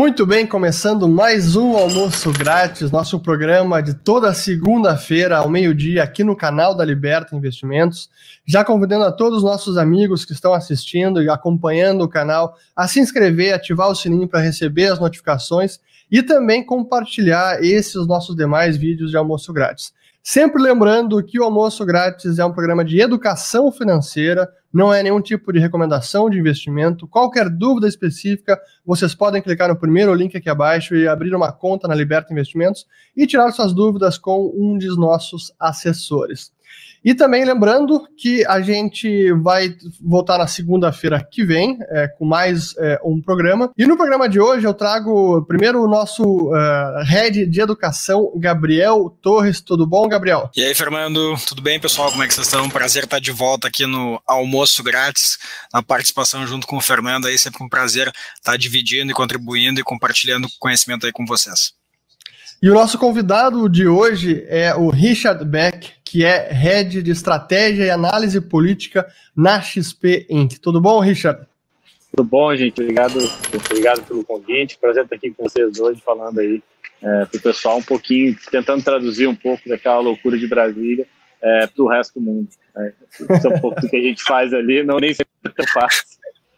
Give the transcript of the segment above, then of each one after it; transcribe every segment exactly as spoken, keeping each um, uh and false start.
Muito bem, começando mais um Almoço Grátis, nosso programa de toda segunda-feira ao meio-dia aqui no canal da Liberta Investimentos. Já convidando a todos os nossos amigos que estão assistindo e acompanhando o canal a se inscrever, ativar o sininho para receber as notificações e também compartilhar esses nossos demais vídeos de Almoço Grátis. Sempre lembrando que o Almoço Grátis é um programa de educação financeira, não é nenhum tipo de recomendação de investimento. Qualquer dúvida específica, vocês podem clicar no primeiro link aqui abaixo e abrir uma conta na Liberta Investimentos e tirar suas dúvidas com um dos nossos assessores. E também lembrando que a gente vai voltar na segunda-feira que vem é, com mais é, um programa. E no programa de hoje eu trago primeiro o nosso uh, Head de Educação, Gabriel Torres. Tudo bom, Gabriel? E aí, Fernando? Tudo bem, pessoal? Como é que vocês estão? Prazer estar de volta aqui no Almoço Grátis, na participação junto com o Fernando. Aí sempre um prazer estar dividindo e contribuindo e compartilhando conhecimento aí com vocês. E o nosso convidado de hoje é o Richard Beck, que é Head de Estratégia e Análise Política na X P Inc. Tudo bom, Richard? Tudo bom, gente. Obrigado, obrigado pelo convite. Prazer estar aqui com vocês hoje, falando aí é, para o pessoal um pouquinho, tentando traduzir um pouco daquela loucura de Brasília é, para o resto do mundo. É, isso é um pouco do que a gente faz ali, não nem sempre é tão fácil.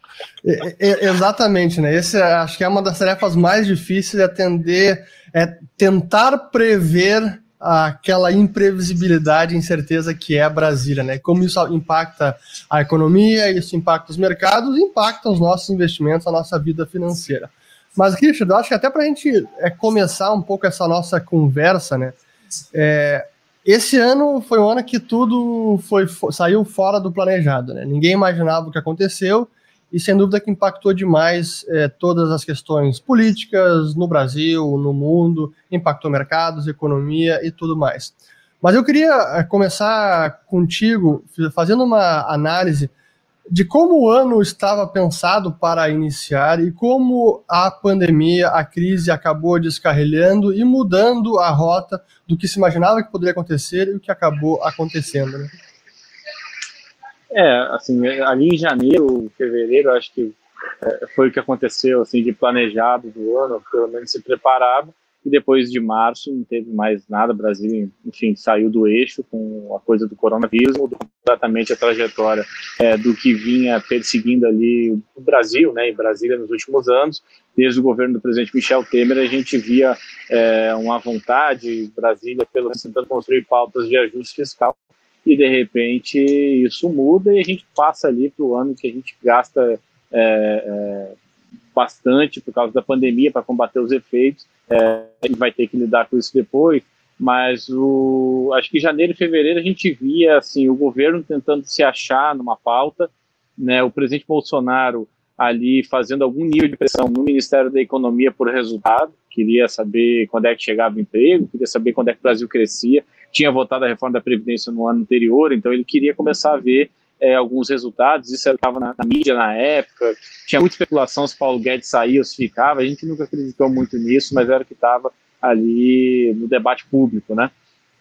É, é, exatamente, né? Esse acho que é uma das tarefas mais difíceis de atender, é tentar prever aquela imprevisibilidade e incerteza que é a Brasília, né? Como isso impacta a economia, isso impacta os mercados, impacta os nossos investimentos, a nossa vida financeira. Mas, Richard, eu acho que até para a gente é, começar um pouco essa nossa conversa, né? É, esse ano foi um ano que tudo foi, saiu fora do planejado, né? Ninguém imaginava o que aconteceu, e sem dúvida que impactou demais é, todas as questões políticas no Brasil, no mundo, impactou mercados, economia e tudo mais. Mas eu queria é, começar contigo fazendo uma análise de como o ano estava pensado para iniciar e como a pandemia, a crise acabou descarrilhando e mudando a rota do que se imaginava que poderia acontecer e o que acabou acontecendo, né? É, assim, ali em janeiro, fevereiro, acho que é, foi o que aconteceu, assim, de planejado do ano, pelo menos se preparava, e depois de março não teve mais nada, o Brasil, enfim, saiu do eixo com a coisa do coronavírus, mudou completamente a trajetória é, do que vinha perseguindo ali o Brasil, né, em Brasília nos últimos anos. Desde o governo do presidente Michel Temer, a gente via é, uma vontade, Brasília, pelo menos tentando construir pautas de ajuste fiscal, e de repente isso muda e a gente passa ali para o ano que a gente gasta é, é, bastante por causa da pandemia para combater os efeitos, é, e vai ter que lidar com isso depois, mas o, acho que em janeiro e fevereiro a gente via assim, o governo tentando se achar numa pauta, né, o presidente Bolsonaro ali fazendo algum nível de pressão no Ministério da Economia por resultado, queria saber quando é que chegava o emprego, queria saber quando é que o Brasil crescia, tinha votado a reforma da Previdência no ano anterior, então ele queria começar a ver é, alguns resultados, isso estava na, na mídia na época, tinha muita especulação se Paulo Guedes saía ou se ficava, a gente nunca acreditou muito nisso, mas era o que estava ali no debate público, né?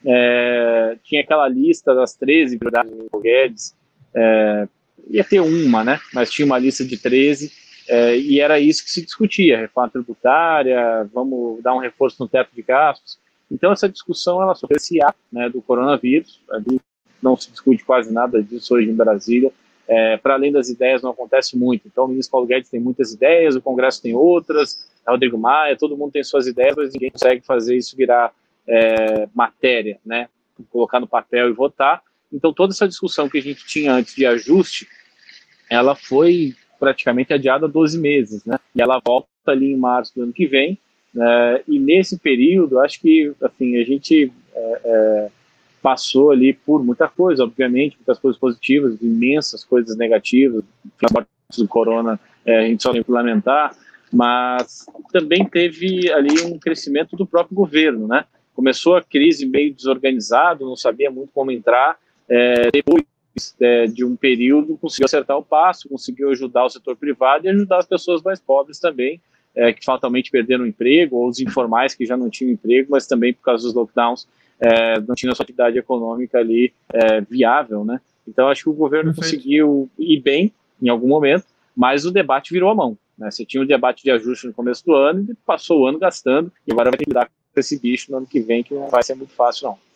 É, tinha aquela lista das treze prioridades do Paulo Guedes, é, ia ter uma, né? Mas tinha uma lista de treze, é, e era isso que se discutia, reforma tributária, vamos dar um reforço no teto de gastos. Então essa discussão ela sobre esse ato, né, do coronavírus, ali não se discute quase nada disso hoje em Brasília, é, para além das ideias não acontece muito, então o ministro Paulo Guedes tem muitas ideias, o Congresso tem outras, Rodrigo Maia, todo mundo tem suas ideias, mas ninguém consegue fazer isso virar é, matéria, né, colocar no papel e votar. Então toda essa discussão que a gente tinha antes de ajuste, ela foi praticamente adiada há doze meses, né, e ela volta ali em março do ano que vem. É, e nesse período, acho que assim, a gente é, é, passou ali por muita coisa, obviamente, muitas coisas positivas, imensas coisas negativas, a morte do corona é, a gente só tem que lamentar, mas também teve ali um crescimento do próprio governo, né? Começou a crise meio desorganizado, não sabia muito como entrar, é, depois é, de um período conseguiu acertar o passo, conseguiu ajudar o setor privado e ajudar as pessoas mais pobres também, É, que fatalmente perderam o emprego, ou os informais que já não tinham emprego, mas também por causa dos lockdowns é, não tinham a sua atividade econômica ali é, viável, né? Então acho que o governo Perfeito. conseguiu ir bem em algum momento, mas o debate virou a mão, né? Você tinha um debate de ajuste no começo do ano e passou o ano gastando, e agora vai ter que lidar com esse bicho no ano que vem, que não vai ser muito fácil, não.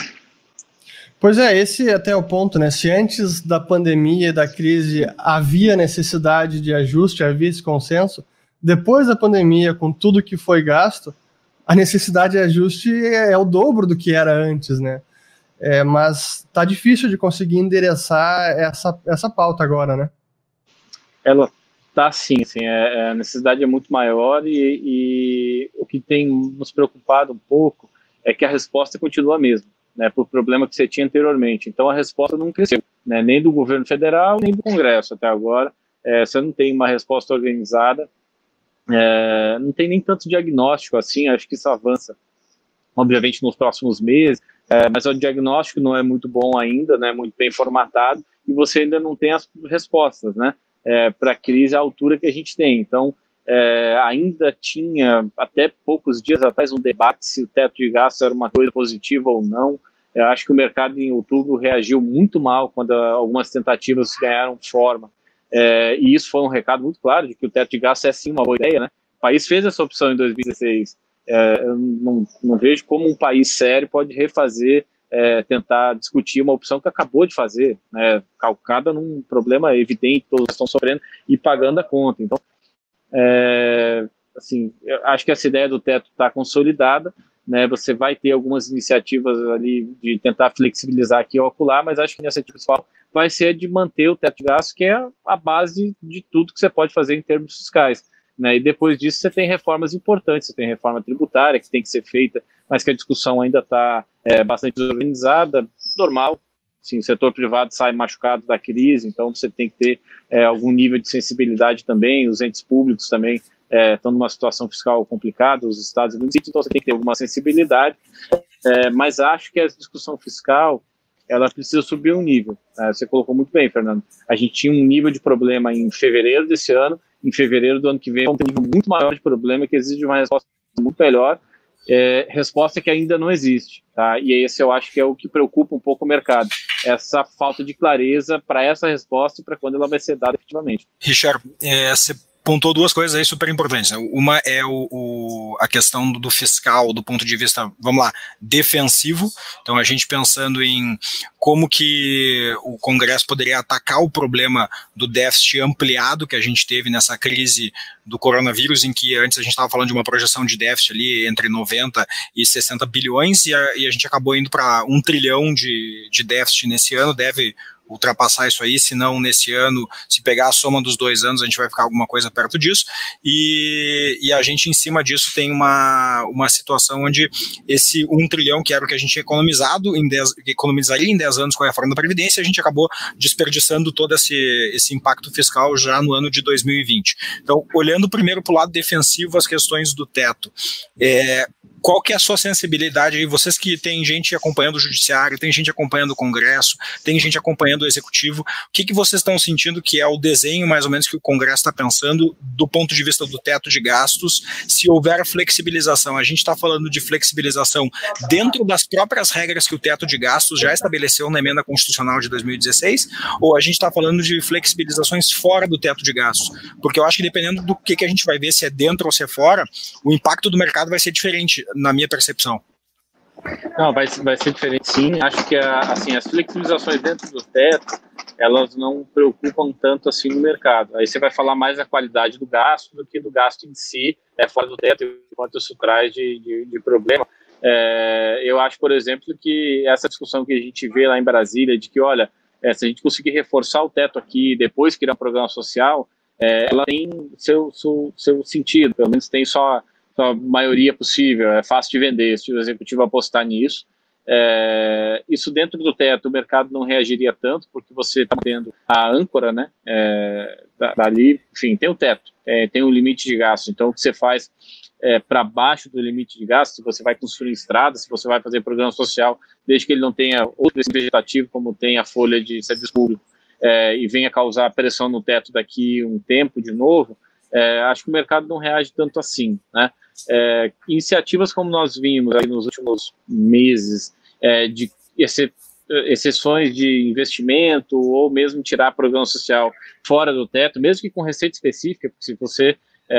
Pois é, esse até é o ponto, né? Se antes da pandemia e da crise havia necessidade de ajuste, havia esse consenso, depois da pandemia, com tudo que foi gasto, a necessidade de ajuste é o dobro do que era antes, né? É, mas tá difícil de conseguir endereçar essa, essa pauta agora, né? Ela tá sim, sim, é, a necessidade é muito maior e, e o que tem nos preocupado um pouco é que a resposta continua a mesma, né, por problema que você tinha anteriormente. Então a resposta não cresceu, né, nem do governo federal, nem do Congresso até agora. É, você não tem uma resposta organizada, é, não tem nem tanto diagnóstico assim, acho que isso avança, obviamente, nos próximos meses, é, mas o diagnóstico não é muito bom ainda, né, muito bem formatado, e você ainda não tem as respostas, né, é, para a crise à altura que a gente tem. Então, é, ainda tinha, até poucos dias atrás, um debate se o teto de gastos era uma coisa positiva ou não. Eu acho que o mercado em outubro reagiu muito mal quando algumas tentativas ganharam forma. É, e isso foi um recado muito claro de que o teto de gastos é sim uma boa ideia, né? O país fez essa opção em dois mil e dezesseis. É, eu não, não vejo como um país sério pode refazer, é, tentar discutir uma opção que acabou de fazer, né, calcada num problema evidente, todos estão sofrendo e pagando a conta. Então, é, assim, eu acho que essa ideia do teto está consolidada, né, você vai ter algumas iniciativas ali de tentar flexibilizar aqui ou acolá, mas acho que a iniciativa principal vai ser de manter o teto de gastos, que é a base de tudo que você pode fazer em termos fiscais. Né, e depois disso você tem reformas importantes, você tem reforma tributária que tem que ser feita, mas que a discussão ainda está é, bastante desorganizada, normal. Sim, o setor privado sai machucado da crise, então você tem que ter é, algum nível de sensibilidade também, os entes públicos também é, estão numa situação fiscal complicada, os estados e municípios, então você tem que ter alguma sensibilidade, é, mas acho que a discussão fiscal ela precisa subir um nível. É, você colocou muito bem, Fernando. A gente tinha um nível de problema em fevereiro desse ano, em fevereiro do ano que vem, vamos ter um nível muito maior de problema que exige uma resposta muito melhor, é, resposta que ainda não existe. Tá? E esse eu acho que é o que preocupa um pouco o mercado, essa falta de clareza para essa resposta e para quando ela vai ser dada efetivamente. Richard, é, você pontuou duas coisas aí super importantes. Uma é o, o, a questão do fiscal, do ponto de vista, vamos lá, defensivo. Então, a gente pensando em como que o Congresso poderia atacar o problema do déficit ampliado que a gente teve nessa crise do coronavírus, em que antes a gente estava falando de uma projeção de déficit ali entre noventa e sessenta bilhões, e a, e a gente acabou indo para um trilhão de, de déficit nesse ano, deve ultrapassar isso aí, se não nesse ano, se pegar a soma dos dois anos, a gente vai ficar alguma coisa perto disso, e, e a gente em cima disso tem uma, uma situação onde esse um trilhão, que era o que a gente tinha economizado, em dez, economizaria em dez anos com a reforma da Previdência, a gente acabou desperdiçando todo esse, esse impacto fiscal já no ano de dois mil e vinte. Então, olhando primeiro para o lado defensivo, as questões do teto, é, qual que é a sua sensibilidade aí? Vocês que tem gente acompanhando o judiciário, tem gente acompanhando o Congresso, tem gente acompanhando o Executivo, o que, que vocês estão sentindo que é o desenho mais ou menos que o Congresso está pensando do ponto de vista do teto de gastos, se houver flexibilização? A gente está falando de flexibilização dentro das próprias regras que o teto de gastos já estabeleceu na emenda constitucional de dois mil e dezesseis, ou a gente está falando de flexibilizações fora do teto de gastos? Porque eu acho que dependendo do que, que a gente vai ver, se é dentro ou se é fora, o impacto do mercado vai ser diferente, na minha percepção. Não, vai, vai ser diferente sim. Acho que a, assim, as flexibilizações dentro do teto, elas não preocupam tanto assim no mercado. Aí você vai falar mais da qualidade do gasto do que do gasto em si, é, fora do teto, enquanto isso traz de, de, de problema. É, eu acho, por exemplo, que essa discussão que a gente vê lá em Brasília, de que, olha, é, se a gente conseguir reforçar o teto aqui, depois criar um programa social, é, ela tem seu, seu, seu sentido, pelo menos tem só a maioria possível, é fácil de vender se o executivo apostar nisso. É, isso dentro do teto o mercado não reagiria tanto, porque você está tendo a âncora, né, é, dali, enfim, tem o teto, é, tem o limite de gasto, então o que você faz é, para baixo do limite de gasto, se você vai construir estradas, se você vai fazer programa social, desde que ele não tenha outro vegetativo, como tem a folha de serviço público, é, e venha causar pressão no teto daqui um tempo de novo, é, acho que o mercado não reage tanto assim, né? É, iniciativas como nós vimos aí nos últimos meses, é, de esse exceções de investimento ou mesmo tirar programa social fora do teto, mesmo que com receita específica, porque se você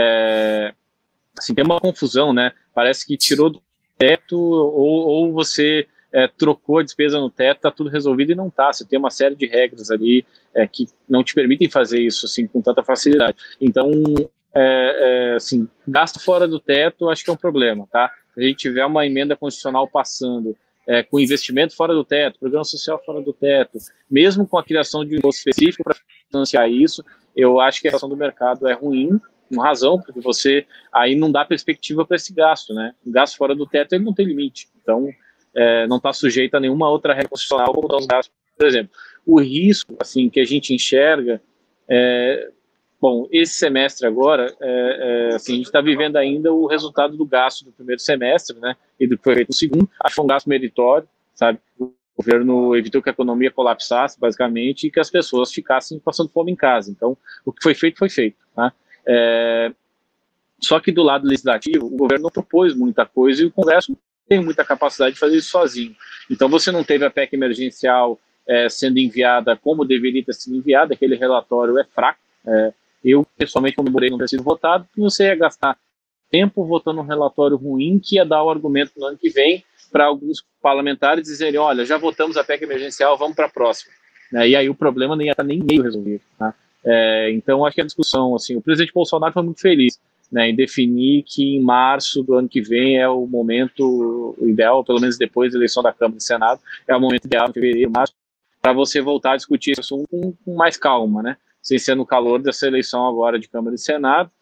é, assim, tem uma confusão, né? Parece que tirou do teto ou, ou você é, trocou a despesa no teto, está tudo resolvido e não está. Você tem uma série de regras ali é, que não te permitem fazer isso assim, com tanta facilidade. Então, é, é, assim, gasto fora do teto acho que é um problema, tá? Se a gente tiver uma emenda constitucional passando é, com investimento fora do teto, programa social fora do teto, mesmo com a criação de um imposto específico para financiar isso, eu acho que a ação do mercado é ruim, com razão, porque você aí não dá perspectiva para esse gasto, né? O gasto fora do teto ele não tem limite, então é, não está sujeito a nenhuma outra regra constitucional como os gastos. Por exemplo, o risco assim que a gente enxerga, é, bom, esse semestre agora, é, é, assim, a gente está vivendo ainda o resultado do gasto do primeiro semestre, né? E do que foi feito no segundo. Acho que foi um gasto meritório, sabe? O governo evitou que a economia colapsasse, basicamente, e que as pessoas ficassem passando fome em casa. Então, o que foi feito, foi feito, tá? É, só que do lado legislativo, o governo não propôs muita coisa e o Congresso não tem muita capacidade de fazer isso sozinho. Então você não teve a P E C emergencial é, sendo enviada como deveria ter sido enviada, aquele relatório é fraco. É, eu pessoalmente comemorei não ter sido votado, porque você ia gastar tempo votando um relatório ruim que ia dar o argumento no ano que vem para alguns parlamentares dizerem, olha, já votamos a P E C emergencial, vamos para a próxima. É, e aí o problema nem ia estar nem meio resolvido, tá? É, então acho que a discussão, assim, o presidente Bolsonaro foi muito feliz, né, em definir que em março do ano que vem é o momento ideal, pelo menos depois da eleição da Câmara e do Senado, é o momento ideal, em fevereiro, março, para você voltar a discutir esse assunto com, com mais calma, né, sem ser no calor dessa eleição agora de Câmara e Senado.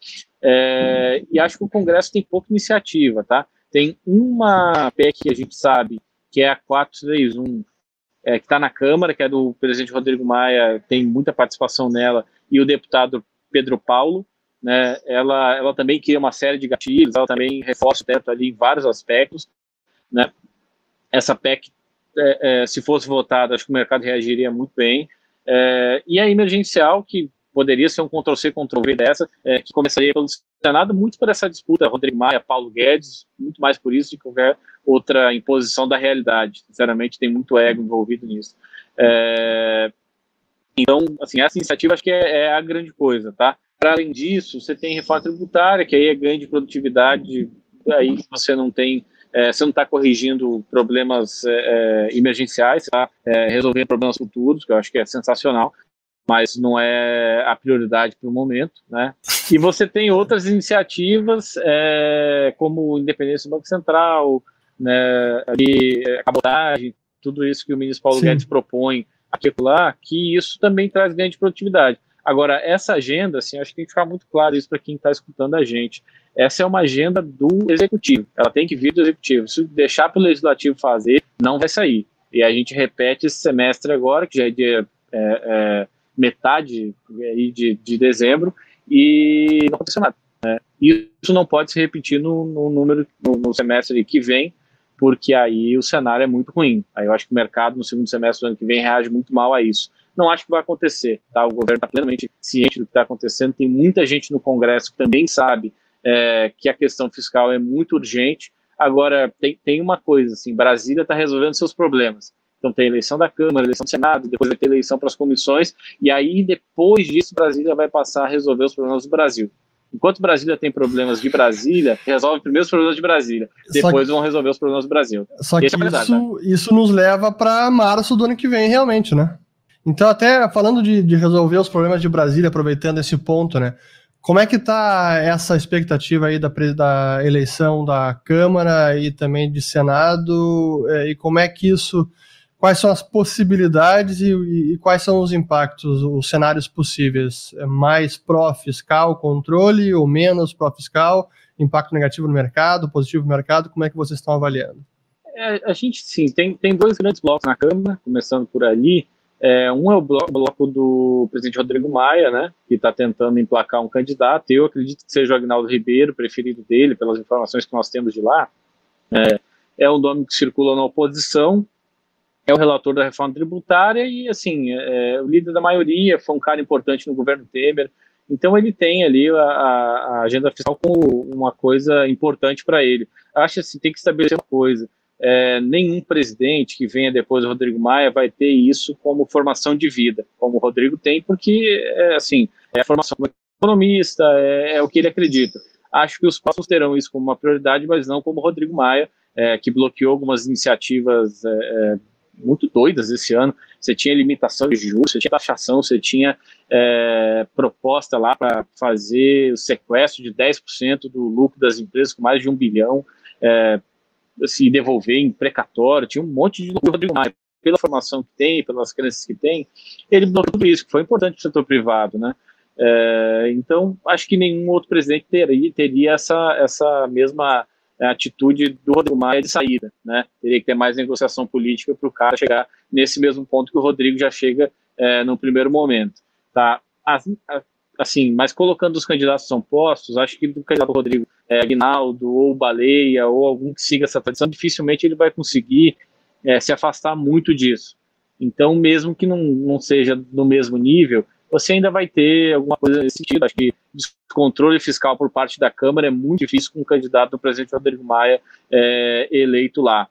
É, e acho que o Congresso tem pouca iniciativa, tá? Tem uma P E C que a gente sabe, que é a quatrocentos e trinta e um, É, que está na Câmara, que é do presidente Rodrigo Maia, tem muita participação nela, e o deputado Pedro Paulo, né, ela, ela também cria uma série de gatilhos, ela também reforça o teto ali em vários aspectos, né. Essa P E C, é, é, se fosse votada, acho que o mercado reagiria muito bem, é, e a emergencial, que poderia ser um Ctrl-C, Ctrl-V dessa, é, que começaria pelo Senado, muito por essa disputa, Rodrigo Maia, Paulo Guedes, muito mais por isso do que qualquer outra imposição da realidade. Sinceramente, tem muito ego envolvido nisso. É, então, assim, essa iniciativa acho que é, é a grande coisa, tá? Para além disso, você tem reforma tributária, que aí é ganho de produtividade, aí você não tem, é, você não está corrigindo problemas é, emergenciais, você está é, resolvendo problemas futuros, que eu acho que é sensacional, mas não é a prioridade para o momento, né? E você tem outras iniciativas, é, como independência do Banco Central, né, ali, cabotagem, tudo isso que o ministro Paulo Sim. Guedes propõe aqui e lá, que isso também traz ganho de produtividade. Agora, essa agenda, assim, acho que tem que ficar muito claro isso para quem está escutando a gente. Essa é uma agenda do Executivo, ela tem que vir do Executivo. Se deixar para o Legislativo fazer, não vai sair. E a gente repete esse semestre agora, que já é dia... É, é, metade aí de, de dezembro, e não aconteceu nada, né? Isso não pode se repetir no, no número no, no semestre que vem, porque aí o cenário é muito ruim. Aí eu acho que o mercado no segundo semestre do ano que vem reage muito mal a isso. Não acho que vai acontecer, tá? O governo está plenamente ciente do que está acontecendo, tem muita gente no Congresso que também sabe é, que a questão fiscal é muito urgente. Agora, tem, tem uma coisa, assim, Brasília está resolvendo seus problemas. Então tem eleição da Câmara, eleição do Senado, depois vai ter eleição para as comissões, e aí depois disso Brasília vai passar a resolver os problemas do Brasil. Enquanto Brasília tem problemas de Brasília, resolve primeiro os problemas de Brasília, depois que, vão resolver os problemas do Brasil. Só que é isso, verdade, né? isso nos leva para março do ano que vem, realmente, né? Então, até falando de, de resolver os problemas de Brasília, aproveitando esse ponto, né? Como é que está essa expectativa aí da, da eleição da Câmara e também de Senado, e como é que isso... Quais são as possibilidades e, e, e quais são os impactos, os cenários possíveis? É mais pró-fiscal, controle, ou menos pró-fiscal? Impacto negativo no mercado, positivo no mercado? Como é que vocês estão avaliando? É, a gente, sim, tem, tem dois grandes blocos na Câmara, começando por ali. É, um é o bloco, bloco do presidente Rodrigo Maia, né, que está tentando emplacar um candidato. Eu acredito que seja o Agnaldo Ribeiro, preferido dele, pelas informações que nós temos de lá. É, é um nome que circula na oposição. É o relator da reforma tributária e, assim, é, o líder da maioria, foi um cara importante no governo Temer, então ele tem ali a, a agenda fiscal como uma coisa importante para ele. Acho assim, tem que estabelecer uma coisa, é, nenhum presidente que venha depois do Rodrigo Maia vai ter isso como formação de vida, como o Rodrigo tem, porque, é, assim, é a formação como economista, é, é o que ele acredita. Acho que os próximos terão isso como uma prioridade, mas não como o Rodrigo Maia, é, que bloqueou algumas iniciativas é, é, muito doidas esse ano. Você tinha limitação de juros, você tinha taxação, você tinha é, proposta lá para fazer o sequestro de dez por cento do lucro das empresas com mais de um bilhão, é, se devolver em precatório, tinha um monte de lucro. Rodrigo Maia, pela formação que tem, pelas crenças que tem, ele bloqueou tudo isso, que foi importante para o setor privado, né? É, então, acho que nenhum outro presidente teria, teria essa, essa mesma atitude do Rodrigo Maia de saída, né? Teria que ter mais negociação política para o cara chegar nesse mesmo ponto que o Rodrigo já chega é, no primeiro momento, tá? Assim, mas colocando os candidatos que são postos, acho que do candidato Rodrigo é, Aguinaldo ou Baleia ou algum que siga essa tradição, dificilmente ele vai conseguir é, se afastar muito disso. Então, mesmo que não, não seja no mesmo nível, você ainda vai ter alguma coisa nesse sentido. Acho que descontrole fiscal por parte da Câmara é muito difícil com o candidato do presidente Rodrigo Maia é, eleito lá.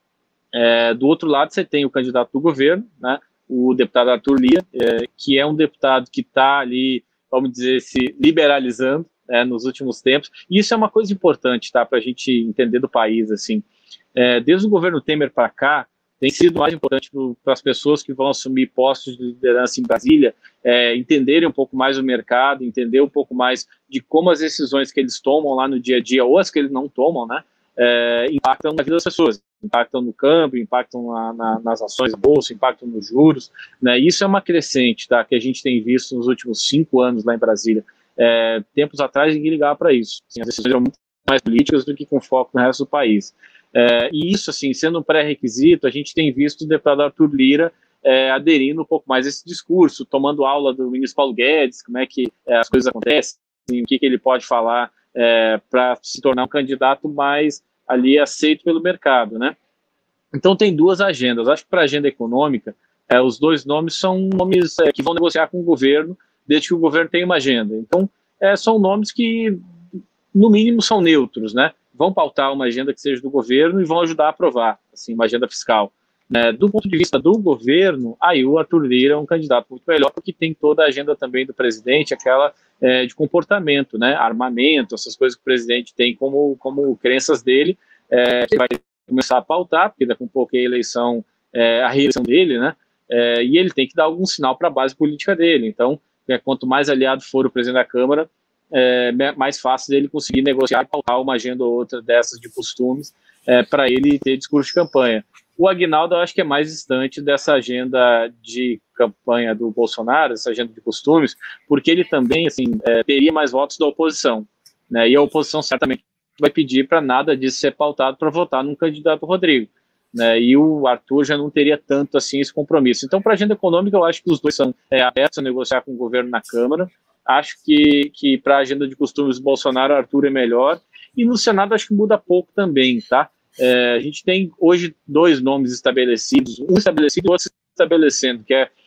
É, do outro lado, você tem o candidato do governo, né, o deputado Arthur Lira, é, que é um deputado que está ali, vamos dizer, se liberalizando é, nos últimos tempos. E isso é uma coisa importante, tá, para a gente entender do país. Assim. É, desde o governo Temer para cá, tem sido mais importante para as pessoas que vão assumir postos de liderança em Brasília é, entenderem um pouco mais o mercado, entender um pouco mais de como as decisões que eles tomam lá no dia a dia, ou as que eles não tomam, né, é, impactam na vida das pessoas, impactam no câmbio, impactam na, na, nas ações da bolsa, impactam nos juros, né, isso é uma crescente, tá, que a gente tem visto nos últimos cinco anos lá em Brasília. É, tempos atrás ninguém ligava para isso, assim, as decisões eram muito mais políticas do que com foco no resto do país. É, e isso, assim, sendo um pré-requisito, a gente tem visto o deputado Arthur Lira é, aderindo um pouco mais a esse discurso, tomando aula do ministro Paulo Guedes, como é que é, as coisas acontecem, o que, que ele pode falar é, para se tornar um candidato mais ali aceito pelo mercado, né? Então tem duas agendas. Acho que para a agenda econômica, é, os dois nomes são nomes é, que vão negociar com o governo, desde que o governo tenha uma agenda. Então é, são nomes que, no mínimo, são neutros, né? Vão pautar uma agenda que seja do governo e vão ajudar a aprovar, assim, uma agenda fiscal. Né? Do ponto de vista do governo, aí o Arthur Lira é um candidato muito melhor, porque tem toda a agenda também do presidente, aquela é, de comportamento, né? Armamento, essas coisas que o presidente tem como, como crenças dele, é, que vai começar a pautar, porque daqui a pouco é a eleição, é, a reeleição dele, né? É, e ele tem que dar algum sinal para a base política dele. Então, é, quanto mais aliado for o presidente da Câmara, é mais fácil dele conseguir negociar e pautar uma agenda ou outra dessas de costumes é, para ele ter discurso de campanha. O Aguinaldo eu acho que é mais distante dessa agenda de campanha do Bolsonaro, essa agenda de costumes, porque ele também assim, é, teria mais votos da oposição, né? E a oposição certamente vai pedir para nada disso ser pautado para votar num candidato Rodrigo, né? E o Arthur já não teria tanto assim esse compromisso. Então, para a agenda econômica, eu acho que os dois são é, abertos a negociar com o governo na Câmara. Acho que, que para a agenda de costumes do Bolsonaro, Arthur é melhor. E no Senado acho que muda pouco também, tá? É, a gente tem hoje dois nomes estabelecidos, um estabelecido e outro se estabelecendo, que é,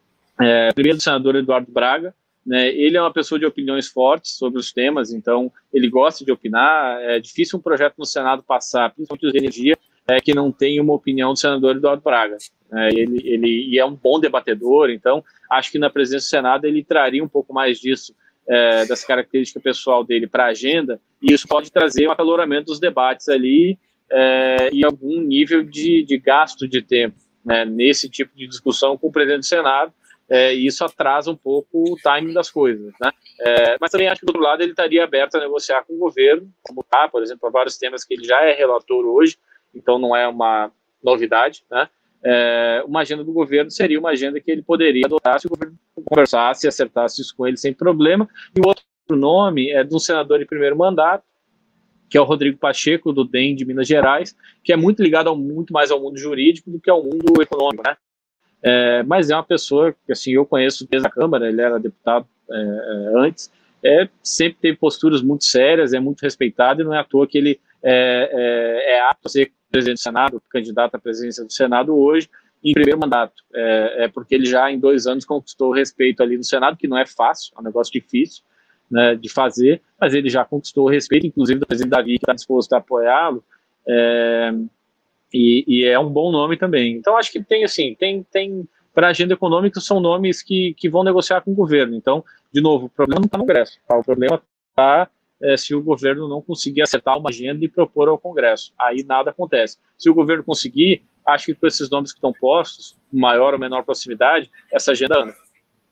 é primeiro o senador Eduardo Braga, né? Ele é uma pessoa de opiniões fortes sobre os temas, então ele gosta de opinar. É difícil um projeto no Senado passar, principalmente os de energia, é, que não tem uma opinião do senador Eduardo Braga. É, ele, ele e é um bom debatedor, então acho que na presidência do Senado ele traria um pouco mais disso, é, dessa característica pessoal dele para a agenda, e isso pode trazer um acaloramento dos debates ali é, e algum nível de, de gasto de tempo, né, nesse tipo de discussão com o presidente do Senado, é, e isso atrasa um pouco o timing das coisas, né? É, mas também acho que do outro lado ele estaria aberto a negociar com o governo, como tá, por exemplo, para vários temas que ele já é relator hoje, então não é uma novidade, né? É, uma agenda do governo seria uma agenda que ele poderia adotar se o governo conversasse e acertasse isso com ele sem problema. E o outro nome é de um senador de primeiro mandato, que é o Rodrigo Pacheco, do D E M de Minas Gerais, que é muito ligado ao, muito mais ao mundo jurídico do que ao mundo econômico, né? É, mas é uma pessoa que assim, eu conheço desde a Câmara, ele era deputado é, antes, é, sempre teve posturas muito sérias, é muito respeitado, e não é à toa que ele é, é, é apto a ser presidente do Senado, candidato à presidência do Senado hoje, em primeiro mandato. É, é porque ele já em dois anos conquistou o respeito ali no Senado, que não é fácil, é um negócio difícil, né, de fazer, mas ele já conquistou o respeito, inclusive do presidente Davi, que está disposto a apoiá-lo. É, e, e é um bom nome também. Então, acho que tem, assim, tem, tem para a agenda econômica, são nomes que, que vão negociar com o governo. Então, de novo, o problema não está no Congresso, tá? O problema está é, se o governo não conseguir acertar uma agenda e propor ao Congresso. Aí nada acontece. Se o governo conseguir, acho que com esses nomes que estão postos, maior ou menor proximidade, essa agenda anda.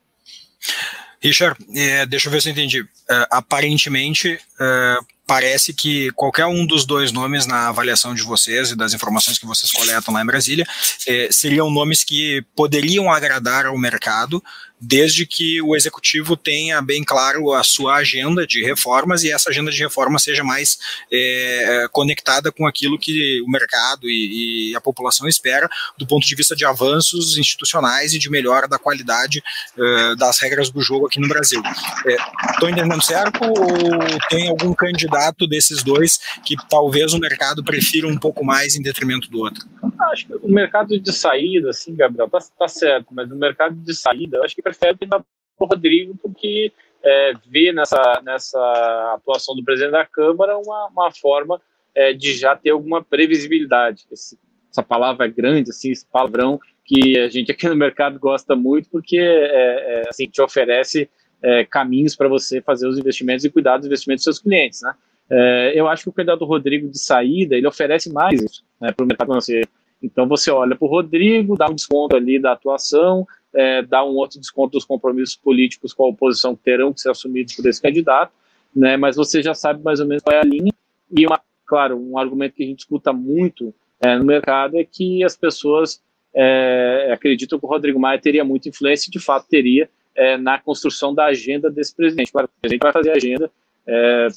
Richard, é, deixa eu ver se eu entendi. É, aparentemente, é, parece que qualquer um dos dois nomes na avaliação de vocês e das informações que vocês coletam lá em Brasília é, seriam nomes que poderiam agradar ao mercado, desde que o executivo tenha bem claro a sua agenda de reformas e essa agenda de reforma seja mais é, conectada com aquilo que o mercado e, e a população espera do ponto de vista de avanços institucionais e de melhora da qualidade é, das regras do jogo aqui no Brasil. Estou é, entendendo certo ou tem algum candidato desses dois que talvez o mercado prefira um pouco mais em detrimento do outro? Acho que o mercado de saída, sim, Gabriel, tá, tá certo, mas o mercado de saída, eu acho que prefere o Rodrigo porque é, vê nessa, nessa atuação do presidente da Câmara uma, uma forma é, de já ter alguma previsibilidade. Esse, essa palavra é grande, assim, esse palavrão que a gente aqui no mercado gosta muito porque é, é, assim, te oferece é, caminhos para você fazer os investimentos e cuidar dos investimentos dos seus clientes, né? É, eu acho que o candidato Rodrigo de saída, ele oferece mais isso, né, para o mercado financeiro. Então você olha para o Rodrigo, dá um desconto ali da atuação, é, dá um outro desconto dos compromissos políticos com a oposição que terão que ser assumidos por esse candidato, né, mas você já sabe mais ou menos qual é a linha. E, uma, claro, um argumento que a gente escuta muito é, no mercado é que as pessoas é, acreditam que o Rodrigo Maia teria muita influência e de fato teria é, na construção da agenda desse presidente. Claro, a gente vai fazer a agenda, é,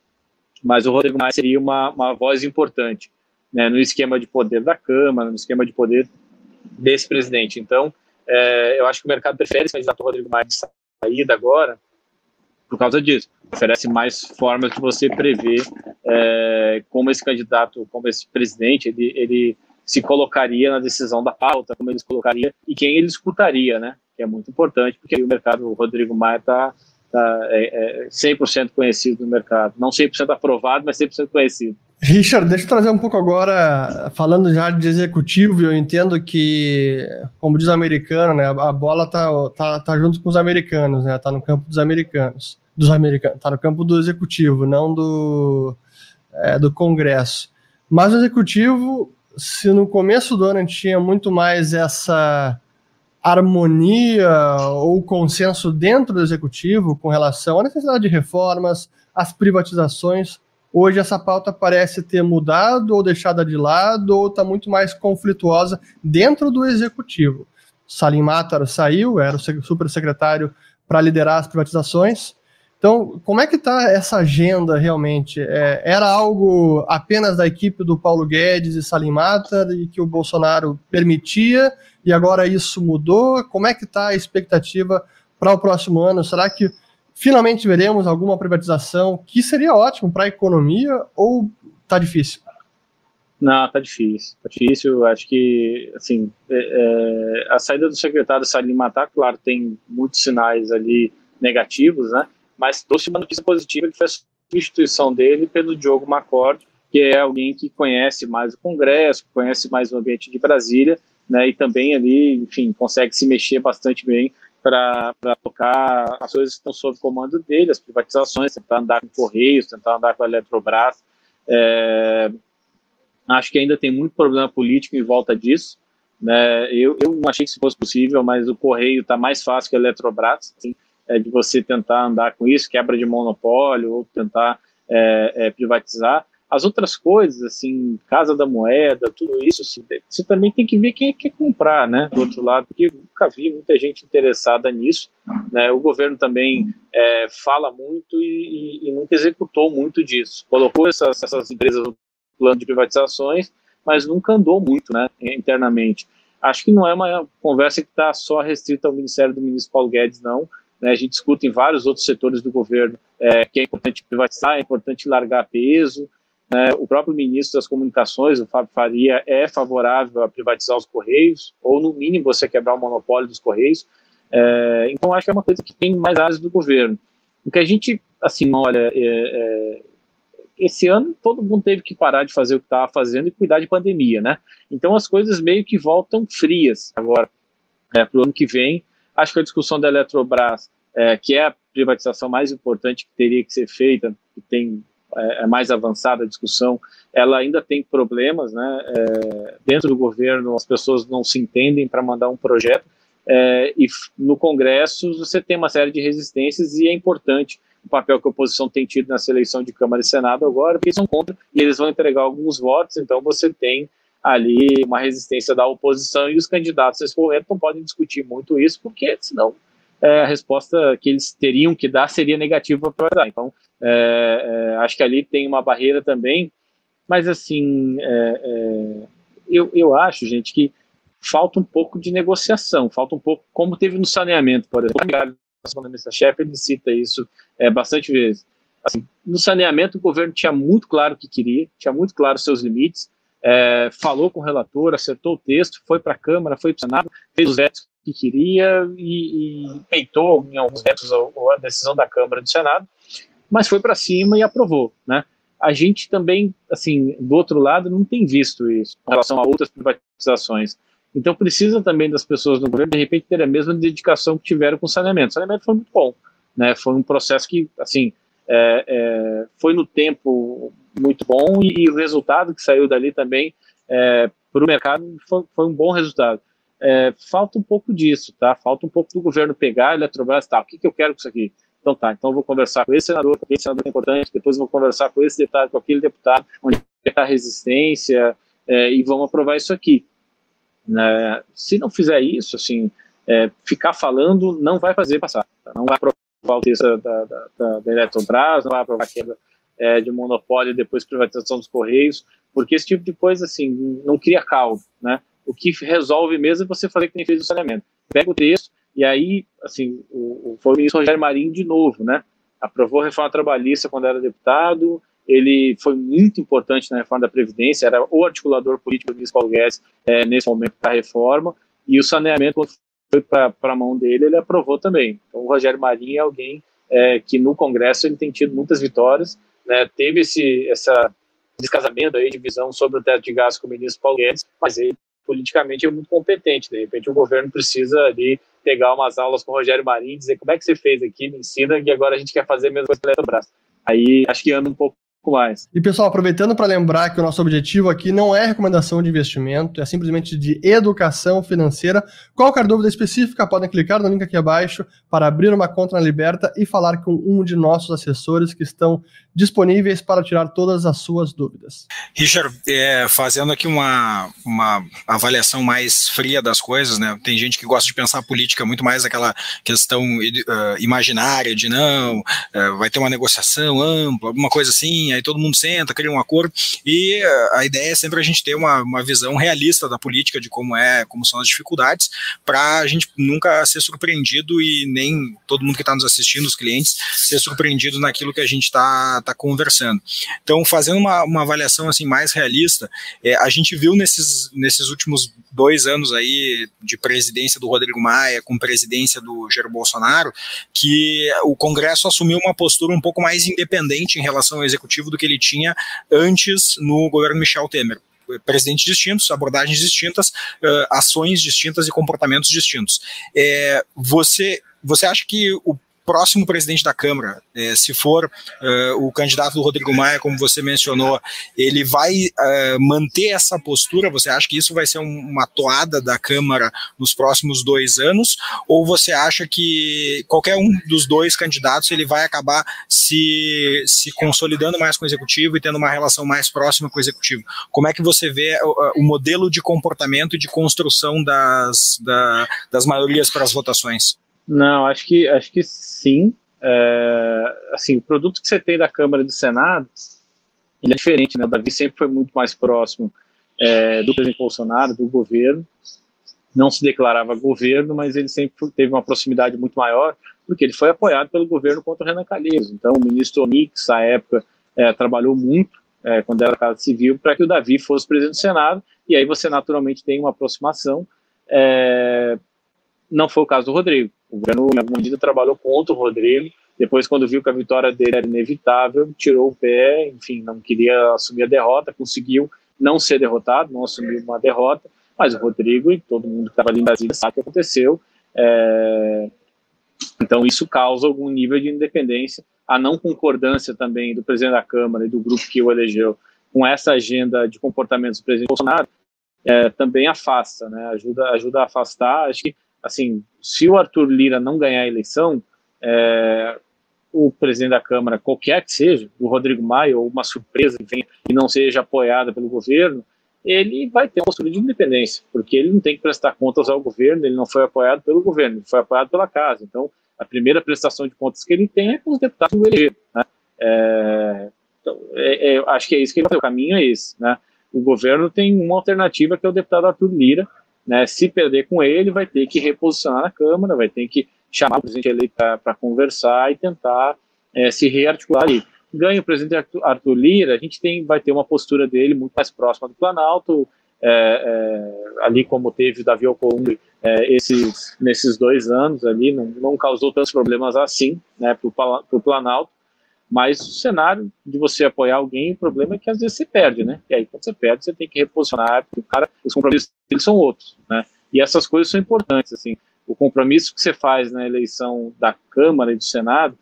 mas o Rodrigo Maia seria uma, uma voz importante, né, no esquema de poder da Câmara, no esquema de poder desse presidente. Então, é, eu acho que o mercado prefere esse candidato Rodrigo Maia de saída agora por causa disso. Oferece mais formas de você prever é, como esse candidato, como esse presidente, ele, ele se colocaria na decisão da pauta, como ele se colocaria e quem ele escutaria, né? Que é muito importante, porque aí o mercado, o Rodrigo Maia está tá, é, é cem por cento conhecido no mercado. Não cem por cento aprovado, mas cem por cento conhecido. Richard, deixa eu trazer um pouco agora, falando já de executivo, eu entendo que, como diz o americano, né, a bola tá, tá, tá junto com os americanos, né, tá no campo dos americanos, dos americanos, tá no campo do executivo, não do, é, do Congresso. Mas o executivo, se no começo do ano a gente tinha muito mais essa harmonia ou consenso dentro do executivo com relação à necessidade de reformas, às privatizações, hoje essa pauta parece ter mudado ou deixada de lado ou está muito mais conflituosa dentro do executivo. Salim Matar saiu, era o supersecretário para liderar as privatizações. Então, como é que está essa agenda realmente? É, era algo apenas da equipe do Paulo Guedes e Salim Matar e que o Bolsonaro permitia e agora isso mudou? Como é que está a expectativa para o próximo ano? Será que finalmente veremos alguma privatização que seria ótimo para a economia ou está difícil? Não, está difícil. Tá difícil. Acho que assim, é, é, a saída do secretário Salim Matar, claro, tem muitos sinais ali negativos, né? Mas trouxe uma notícia positiva que foi a substituição dele pelo Diogo McCord, que é alguém que conhece mais o Congresso, conhece mais o ambiente de Brasília, né? E também ali, enfim, consegue se mexer bastante bem para tocar as coisas que estão sob comando dele, as privatizações, tentar andar com Correios, tentar andar com a Eletrobras. É, acho que ainda tem muito problema político em volta disso, né? Eu, eu não achei que isso fosse possível, mas o Correio está mais fácil que a Eletrobras, assim, é, de você tentar andar com isso, quebra de monopólio, ou tentar é, é, privatizar. As outras coisas, assim, Casa da Moeda, tudo isso, assim, você também tem que ver quem quer comprar, né, do outro lado, porque eu nunca vi muita gente interessada nisso, né, o governo também é, fala muito e, e, e nunca executou muito disso, colocou essas, essas empresas no plano de privatizações, mas nunca andou muito, né, internamente. Acho que não é uma conversa que está só restrita ao Ministério do Ministro Paulo Guedes, não, né, a gente escuta em vários outros setores do governo é, que é importante privatizar, é importante largar peso. É, o próprio ministro das Comunicações, o Fábio Faria, é favorável a privatizar os Correios, ou no mínimo você quebrar o monopólio dos Correios. É, então acho que é uma coisa que tem mais áreas do governo. O que a gente, assim, olha, é, é, esse ano todo mundo teve que parar de fazer o que estava fazendo e cuidar de pandemia, né? Então as coisas meio que voltam frias agora, é, para o ano que vem. Acho que a discussão da Eletrobras, é, que é a privatização mais importante que teria que ser feita, que tem é, é mais avançada a discussão, ela ainda tem problemas, né? É, dentro do governo as pessoas não se entendem para mandar um projeto, é, e no Congresso você tem uma série de resistências e é importante o papel que a oposição tem tido nessa eleição de Câmara e Senado agora, porque eles são contra e eles vão entregar alguns votos, então você tem ali uma resistência da oposição e os candidatos nesse momento não podem discutir muito isso, porque senão é, a resposta que eles teriam que dar seria negativa para dar. Então, é, é, acho que ali tem uma barreira também, mas assim, é, é, eu, eu acho, gente, que falta um pouco de negociação, falta um pouco, como teve no saneamento, por exemplo. O economista-chefe, ele cita isso é, bastante vezes. Assim, no saneamento, o governo tinha muito claro o que queria, tinha muito claro os seus limites, é, falou com o relator, acertou o texto, foi para a Câmara, foi para o Senado, fez os vetos que queria e, e peitou em alguns vetos a, a decisão da Câmara e do Senado, mas foi para cima e aprovou, né? A gente também, assim, do outro lado, não tem visto isso em relação a outras privatizações. Então precisa também das pessoas no governo, de repente, ter a mesma dedicação que tiveram com o saneamento. O saneamento foi muito bom, né? Foi um processo que, assim, é, é, foi no tempo muito bom e, e o resultado que saiu dali também é, para o mercado foi, foi um bom resultado. É, falta um pouco disso, tá? Falta um pouco do governo pegar a Eletrobras, tá? O que, que eu quero com isso aqui? Então tá, então eu vou conversar com esse senador, com esse senador é importante, depois eu vou conversar com esse deputado, com aquele deputado, onde está a resistência, é, e vamos aprovar isso aqui. Né? Se não fizer isso, assim, é, ficar falando não vai fazer passar, tá? Não vai aprovar o texto da, da, da, da Eletrobras, não vai aprovar a quebra é, de monopólio e depois privatização dos Correios, porque esse tipo de coisa, assim, não cria caldo, né? O que resolve mesmo é você fazer que nem fez o saneamento. Pega o texto e aí, assim, o, o, foi o ministro Rogério Marinho de novo, né? Aprovou a reforma trabalhista quando era deputado, ele foi muito importante na reforma da Previdência, era o articulador político do ministro Paulo Guedes é, nesse momento da reforma, e o saneamento, quando foi para a mão dele, ele aprovou também. Então o Rogério Marinho é alguém é, que no Congresso ele tem tido muitas vitórias, né? Teve esse essa descasamento aí de visão sobre o teto de gastos com o ministro Paulo Guedes, mas ele politicamente é muito competente. De repente o governo precisa ali pegar umas aulas com o Rogério Marinho e dizer como é que você fez aqui, me ensina, e agora a gente quer fazer a mesma coisa com a Eletrobras. Aí acho que anda um pouco mais. E pessoal, aproveitando para lembrar que o nosso objetivo aqui não é recomendação de investimento, é simplesmente de educação financeira. Qualquer dúvida específica, podem clicar no link aqui abaixo para abrir uma conta na Liberta e falar com um de nossos assessores que estão disponíveis para tirar todas as suas dúvidas. Richard, é, fazendo aqui uma, uma avaliação mais fria das coisas, né? Tem gente que gosta de pensar a política muito mais aquela questão uh, imaginária de não, uh, vai ter uma negociação ampla, alguma coisa assim, aí todo mundo senta, cria um acordo, e uh, a ideia é sempre a gente ter uma, uma visão realista da política, de como é, como são as dificuldades, para a gente nunca ser surpreendido e nem todo mundo que está nos assistindo, os clientes, ser surpreendido naquilo que a gente está tá conversando. Então, fazendo uma, uma avaliação assim mais realista, é, a gente viu nesses, nesses últimos dois anos aí de presidência do Rodrigo Maia com presidência do Jair Bolsonaro, que o Congresso assumiu uma postura um pouco mais independente em relação ao executivo do que ele tinha antes no governo Michel Temer. Presidentes distintos, abordagens distintas, uh, ações distintas e comportamentos distintos. É, você, você acha que o próximo presidente da Câmara, eh, se for uh, o candidato do Rodrigo Maia, como você mencionou, ele vai uh, manter essa postura? Você acha que isso vai ser um, uma toada da Câmara nos próximos dois anos? Ou você acha que qualquer um dos dois candidatos ele vai acabar se, se consolidando mais com o Executivo e tendo uma relação mais próxima com o Executivo? Como é que você vê o, o modelo de comportamento e de construção das, da, das maiorias para as votações? Não, acho que, acho que sim. É, assim, o produto que você tem da Câmara e do Senado, ele é diferente, né? O Davi sempre foi muito mais próximo é, do presidente Bolsonaro, do governo. Não se declarava governo, mas ele sempre teve uma proximidade muito maior, porque ele foi apoiado pelo governo contra o Renan Calheiros. Então, o ministro Onix, à época, é, trabalhou muito, é, quando era Casa Civil, para que o Davi fosse presidente do Senado, e aí você naturalmente tem uma aproximação. É, não foi o caso do Rodrigo. O governo, em alguma medida, trabalhou contra o Rodrigo Depois, quando viu que a vitória dele era inevitável, tirou o pé, enfim, não queria assumir a derrota, conseguiu não ser derrotado, não assumir uma derrota, mas o Rodrigo e todo mundo que estava ali em Brasília sabe o que aconteceu. É... Então, isso causa algum nível de independência. A não concordância também do presidente da Câmara e do grupo que o elegeu com essa agenda de comportamentos do presidente Bolsonaro é, também afasta, né? ajuda, ajuda a afastar. Acho que, assim, se o Arthur Lira não ganhar a eleição, é, o presidente da Câmara, qualquer que seja, o Rodrigo Maia, ou uma surpresa que venha e não seja apoiada pelo governo, ele vai ter uma postura de independência, porque ele não tem que prestar contas ao governo, ele não foi apoiado pelo governo, ele foi apoiado pela casa. Então, a primeira prestação de contas que ele tem é com os deputados do eleger, né? É, então, é, é, acho que é isso que ele vai fazer, o caminho é esse, né? O governo tem uma alternativa que é o deputado Arthur Lira, né? Se perder com ele, vai ter que reposicionar na Câmara, vai ter que chamar o presidente eleito para conversar e tentar é, se rearticular ali. Ganha o presidente Arthur Lira, a gente tem, vai ter uma postura dele muito mais próxima do Planalto, é, é, ali como teve o Davi Alcolumbre é, esses, nesses dois anos ali, não, não causou tantos problemas assim, né, para o Planalto, mas o cenário de você apoiar alguém, o problema é que às vezes você perde, né, e aí quando você perde você tem que reposicionar, porque o cara, os compromissos dele são outros, né, e essas coisas são importantes, assim, o compromisso que você faz na eleição da Câmara e do Senado,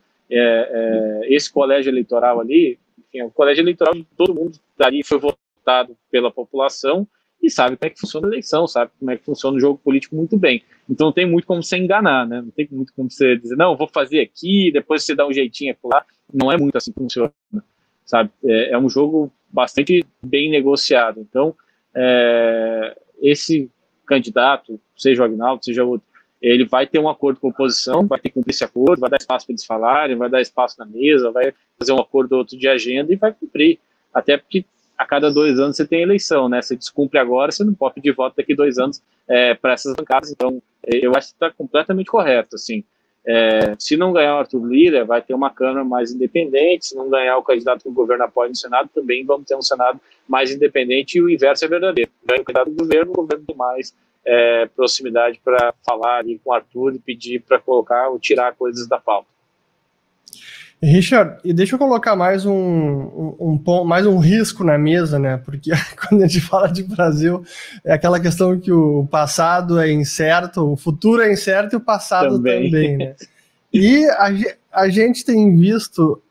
É, é, esse colégio eleitoral ali, enfim, o colégio eleitoral de todo mundo dali foi votado pela população e sabe como é que funciona a eleição, sabe como é que funciona o jogo político muito bem. Então não tem muito como você enganar, né? Não tem muito como você dizer, não, vou fazer aqui, depois você dá um jeitinho lá. Não é muito assim que funciona, sabe? É, é um jogo bastante bem negociado. Então, é, esse candidato, seja o Agnaldo, seja outro, ele vai ter um acordo com a oposição, vai ter que cumprir esse acordo, vai dar espaço para eles falarem, vai dar espaço na mesa, vai fazer um acordo ou outro de agenda e vai cumprir. Até porque a cada dois anos você tem eleição, né? Você descumpre agora, você não pode pedir voto daqui a dois anos é, para essas bancadas. Então, eu acho que está completamente correto. Assim. É, se não ganhar o Arthur Lira, vai ter uma Câmara mais independente. Se não ganhar o candidato que o governo apoia no Senado, também vamos ter um Senado mais independente e o inverso é verdadeiro. Ganha o candidato do governo, o governo tem mais É, proximidade para falar ali com o Arthur e pedir para colocar ou tirar coisas da pauta. Richard, e deixa eu colocar mais um, um, um, mais um risco na mesa, né? Porque quando a gente fala de Brasil, é aquela questão que o passado é incerto, o futuro é incerto e o passado também, também né? E a, a gente tem visto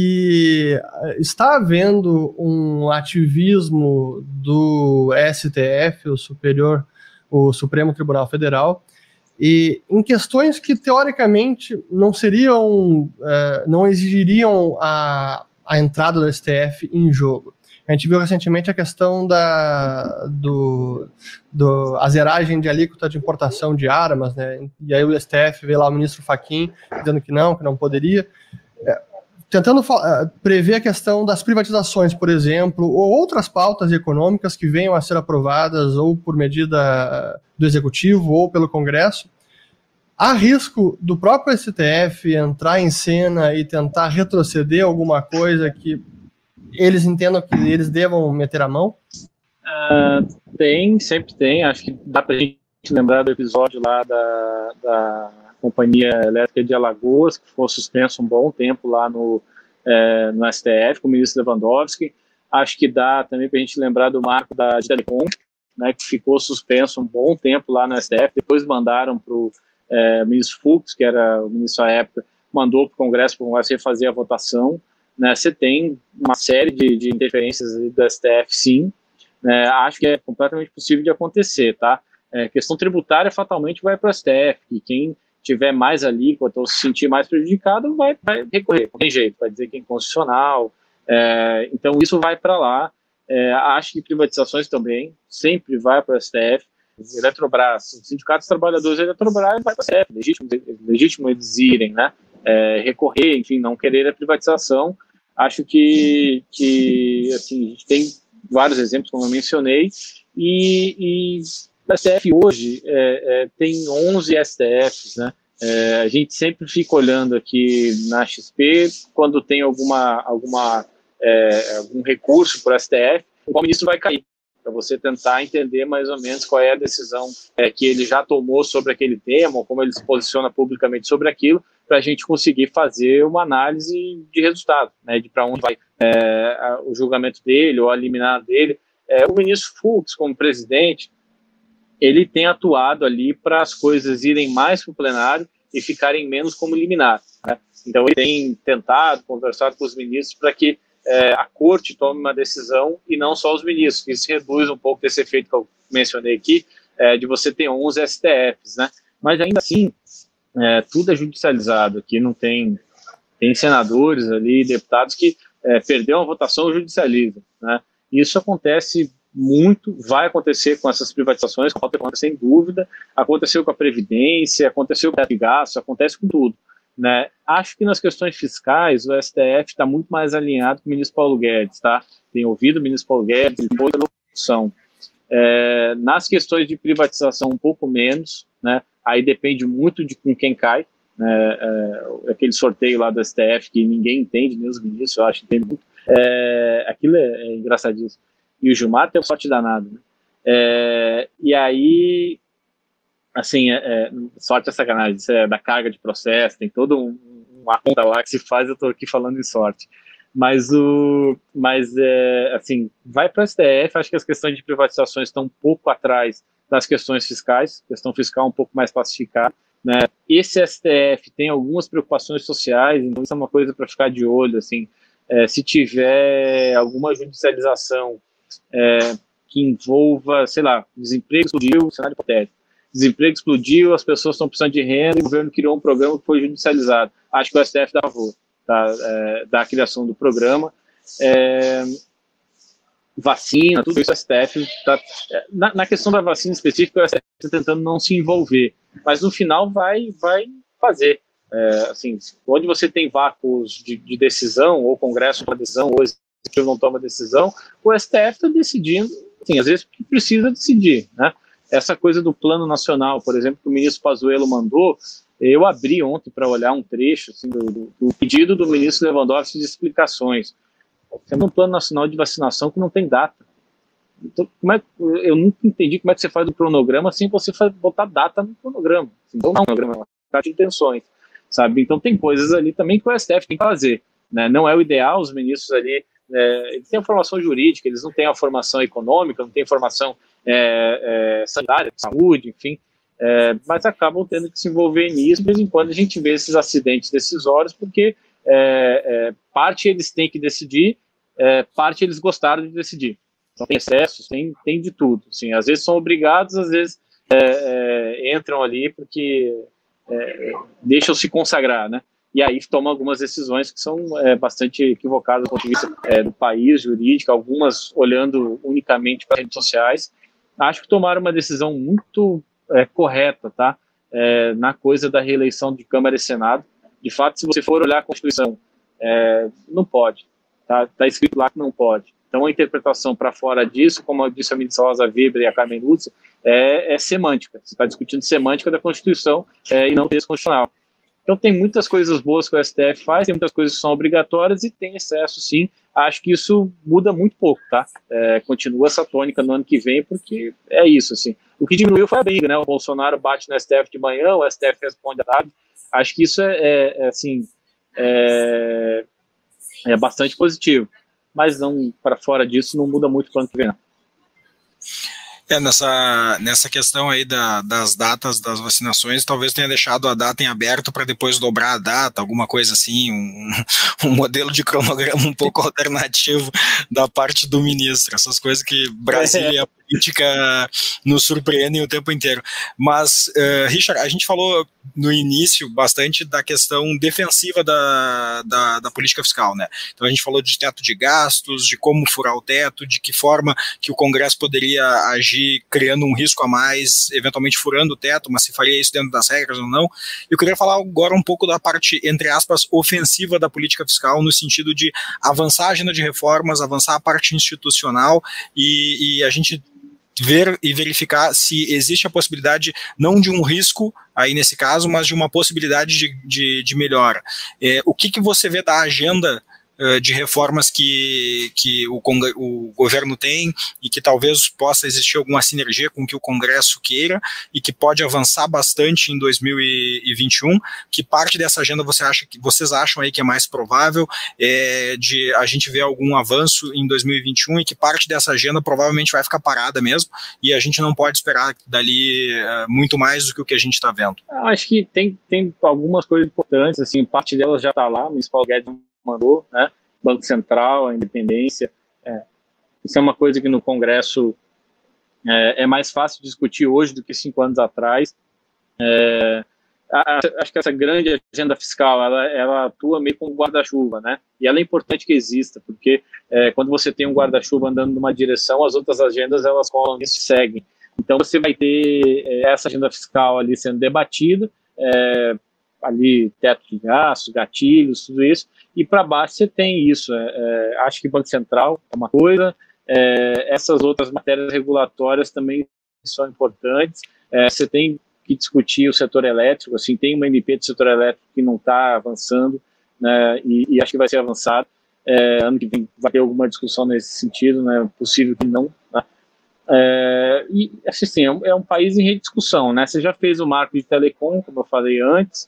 que está havendo um ativismo do S T F, o Superior o Supremo Tribunal Federal, e em questões que, teoricamente, não seriam, uh, não exigiriam a, a entrada do S T F em jogo. A gente viu recentemente a questão da do, do, a zeragem de alíquota de importação de armas, né? E aí o S T F veio lá o ministro Fachin dizendo que não, que não poderia. É, tentando prever a questão das privatizações, por exemplo, ou outras pautas econômicas que venham a ser aprovadas ou por medida do Executivo ou pelo Congresso. Há risco do próprio S T F entrar em cena e tentar retroceder alguma coisa que eles entendam que eles devam meter a mão? Uh, tem, sempre tem. Acho que dá para a gente lembrar do episódio lá da... da Companhia Elétrica de Alagoas, que ficou suspenso um bom tempo lá no, é, no S T F, com o ministro Lewandowski. Acho que dá também para a gente lembrar do marco da Telecom, né, que ficou suspenso um bom tempo lá no S T F, depois mandaram para o é, ministro Fux, que era o ministro à época, mandou para o Congresso, para o Congresso refazer a votação. Né, você tem uma série de, de interferências do S T F, sim. Né, acho que é completamente possível de acontecer. Tá? É, questão tributária fatalmente vai para o S T F, e quem tiver mais alíquota ou se sentir mais prejudicado, vai, vai recorrer, não tem jeito, vai dizer que é inconstitucional, é, então isso vai para lá. É, acho que privatizações também, sempre vai para o S T F. Eletrobras, o Sindicato dos Trabalhadores da Eletrobras vai para o S T F, legítimo, legítimo eles irem, né, é, recorrer, enfim, não querer a privatização. Acho que, que assim, a gente tem vários exemplos, como eu mencionei, e, e o S T F hoje é, é, tem onze S T Fs, né? É, a gente sempre fica olhando aqui na X P, quando tem alguma, alguma, é, algum recurso para o S T F, o ministro vai cair, para você tentar entender mais ou menos qual é a decisão é, que ele já tomou sobre aquele tema, ou como ele se posiciona publicamente sobre aquilo, para a gente conseguir fazer uma análise de resultado, né, de para onde vai é, a, o julgamento dele ou a liminar dele. É, o ministro Fux, como presidente, ele tem atuado ali para as coisas irem mais para o plenário e ficarem menos como liminar, né? Então ele tem tentado, conversado com os ministros para que é, a corte tome uma decisão e não só os ministros, que isso reduz um pouco desse efeito que eu mencionei aqui, é, de você ter onze S T Fs, né? Mas ainda assim, é, tudo é judicializado aqui, não tem, tem senadores ali, deputados que é, perdeu uma votação, judicializam, né? Isso acontece muito, vai acontecer com essas privatizações, sem dúvida, aconteceu com a Previdência, aconteceu com o gasto, acontece com tudo, né? Acho que nas questões fiscais o S T F está muito mais alinhado com o ministro Paulo Guedes, tá? Tem ouvido o ministro Paulo Guedes, ele foi da locução. É, nas questões de privatização um pouco menos, né? Aí depende muito de com quem cai, né? É, aquele sorteio lá do S T F que ninguém entende, nem os ministros, eu acho que entende muito. É, aquilo é, é engraçadíssimo. E o Gilmar tem sorte danada, né? É, e aí, assim, é, é, sorte é sacanagem, isso é da carga de processo, tem toda um, uma conta lá que se faz, eu estou aqui falando em sorte. Mas, o, mas é, assim, vai para o S T F, acho que as questões de privatizações estão um pouco atrás das questões fiscais, questão fiscal um pouco mais pacificada, né? Esse S T F tem algumas preocupações sociais, então isso é uma coisa para ficar de olho, assim, é, se tiver alguma judicialização É, que envolva, sei lá, desemprego explodiu, cenário hipotético, desemprego explodiu, as pessoas estão precisando de renda e o governo criou um programa que foi judicializado. Acho que o S T F dá favor, tá, é, da criação do programa. É, vacina, tudo isso o S T F está... Na, na questão da vacina específica, o S T F está tentando não se envolver, mas no final vai, vai fazer. É, assim, onde você tem vácuos de, de decisão, ou Congresso toma decisão, ou Executivo não toma decisão, o S T F está decidindo, assim, às vezes precisa decidir, né? Essa coisa do Plano Nacional, por exemplo, que o ministro Pazuello mandou, eu abri ontem para olhar um trecho assim, do, do pedido do ministro Lewandowski de explicações. Tem um Plano Nacional de Vacinação que não tem data. Então, como é, eu nunca entendi como é que você faz o cronograma sem você faz, botar data no cronograma. Então, não é um cronograma, é uma carta de intenções, sabe? Então, tem coisas ali também que o S T F tem que fazer, né? Não é o ideal os ministros ali. É, eles têm a formação jurídica, eles não têm a formação econômica, não têm formação é, é, sanitária, saúde, enfim, é, mas acabam tendo que se envolver nisso. De vez em quando a gente vê esses acidentes decisórios, porque é, é, parte eles têm que decidir, é, parte eles gostaram de decidir. Então tem excessos, tem, tem de tudo. Assim, às vezes são obrigados, às vezes é, é, entram ali porque é, deixam se consagrar, né? E aí toma algumas decisões que são é, bastante equivocadas do ponto de vista é, do país, jurídico, algumas olhando unicamente para as redes sociais. Acho que tomaram uma decisão muito é, correta, tá? É, na coisa da reeleição de Câmara e Senado. De fato, se você for olhar a Constituição, é, não pode. Tá? Tá escrito lá que não pode. Então, a interpretação para fora disso, como disse a ministra Rosa Weber e a Carmen Lúcia, é, é semântica. Você está discutindo semântica da Constituição é, e não texto constitucional. Então tem muitas coisas boas que o S T F faz, tem muitas coisas que são obrigatórias e tem excesso sim. Acho que isso muda muito pouco, tá? É, continua essa tônica no ano que vem, porque é isso, assim. O que diminuiu foi a briga, né? O Bolsonaro bate no S T F de manhã, o S T F responde à tarde. Acho que isso é, é, é assim, é, é bastante positivo. Mas não, para fora disso, não muda muito para o ano que vem, não. É, nessa, nessa questão aí da, das datas das vacinações, talvez tenha deixado a data em aberto para depois dobrar a data, alguma coisa assim, um, um modelo de cronograma um pouco alternativo da parte do ministro, essas coisas que Brasília e a política nos surpreendem o tempo inteiro. Mas, uh, Richard, a gente falou no início bastante da questão defensiva da, da, da política fiscal, né? Então a gente falou de teto de gastos, de como furar o teto, de que forma que o Congresso poderia agir criando um risco a mais, eventualmente furando o teto, mas se faria isso dentro das regras ou não. Eu queria falar agora um pouco da parte, entre aspas, ofensiva da política fiscal, no sentido de avançar a agenda de reformas, avançar a parte institucional e, e a gente ver e verificar se existe a possibilidade, não de um risco, aí nesse caso, mas de uma possibilidade de, de, de melhora. É, o que, que você vê da agenda uh, de reformas que, que o, o governo tem e que talvez possa existir alguma sinergia com o que o Congresso queira e que pode avançar bastante em dois mil e vinte e um. Que parte dessa agenda você acha que vocês acham aí que é mais provável é, de a gente ver algum avanço em dois mil e vinte e um e que parte dessa agenda provavelmente vai ficar parada mesmo e a gente não pode esperar dali uh, muito mais do que o que a gente está vendo? Eu acho que tem, tem algumas coisas importantes, assim, parte delas já está lá, o municipal Guedes mandou, né? Banco Central, a independência. É, isso é uma coisa que no Congresso é, é mais fácil discutir hoje do que cinco anos atrás. É, a, acho que essa grande agenda fiscal, ela, ela atua meio como guarda-chuva, né? E ela é importante que exista, porque é, quando você tem um guarda-chuva andando numa direção, as outras agendas, elas colam e se seguem. Então você vai ter é, essa agenda fiscal ali sendo debatida, é, ali teto de gastos, gatilhos, tudo isso, e para baixo você tem isso. É, é, acho que Banco Central é uma coisa, é, essas outras matérias regulatórias também são importantes. É, você tem que discutir o setor elétrico, assim, tem uma M P do setor elétrico que não está avançando, né, e, e acho que vai ser avançado. É, ano que vem vai ter alguma discussão nesse sentido, né, possível que não, né. É, e assim, é um, é um país em rediscussão, né? Você já fez o marco de telecom, como eu falei antes.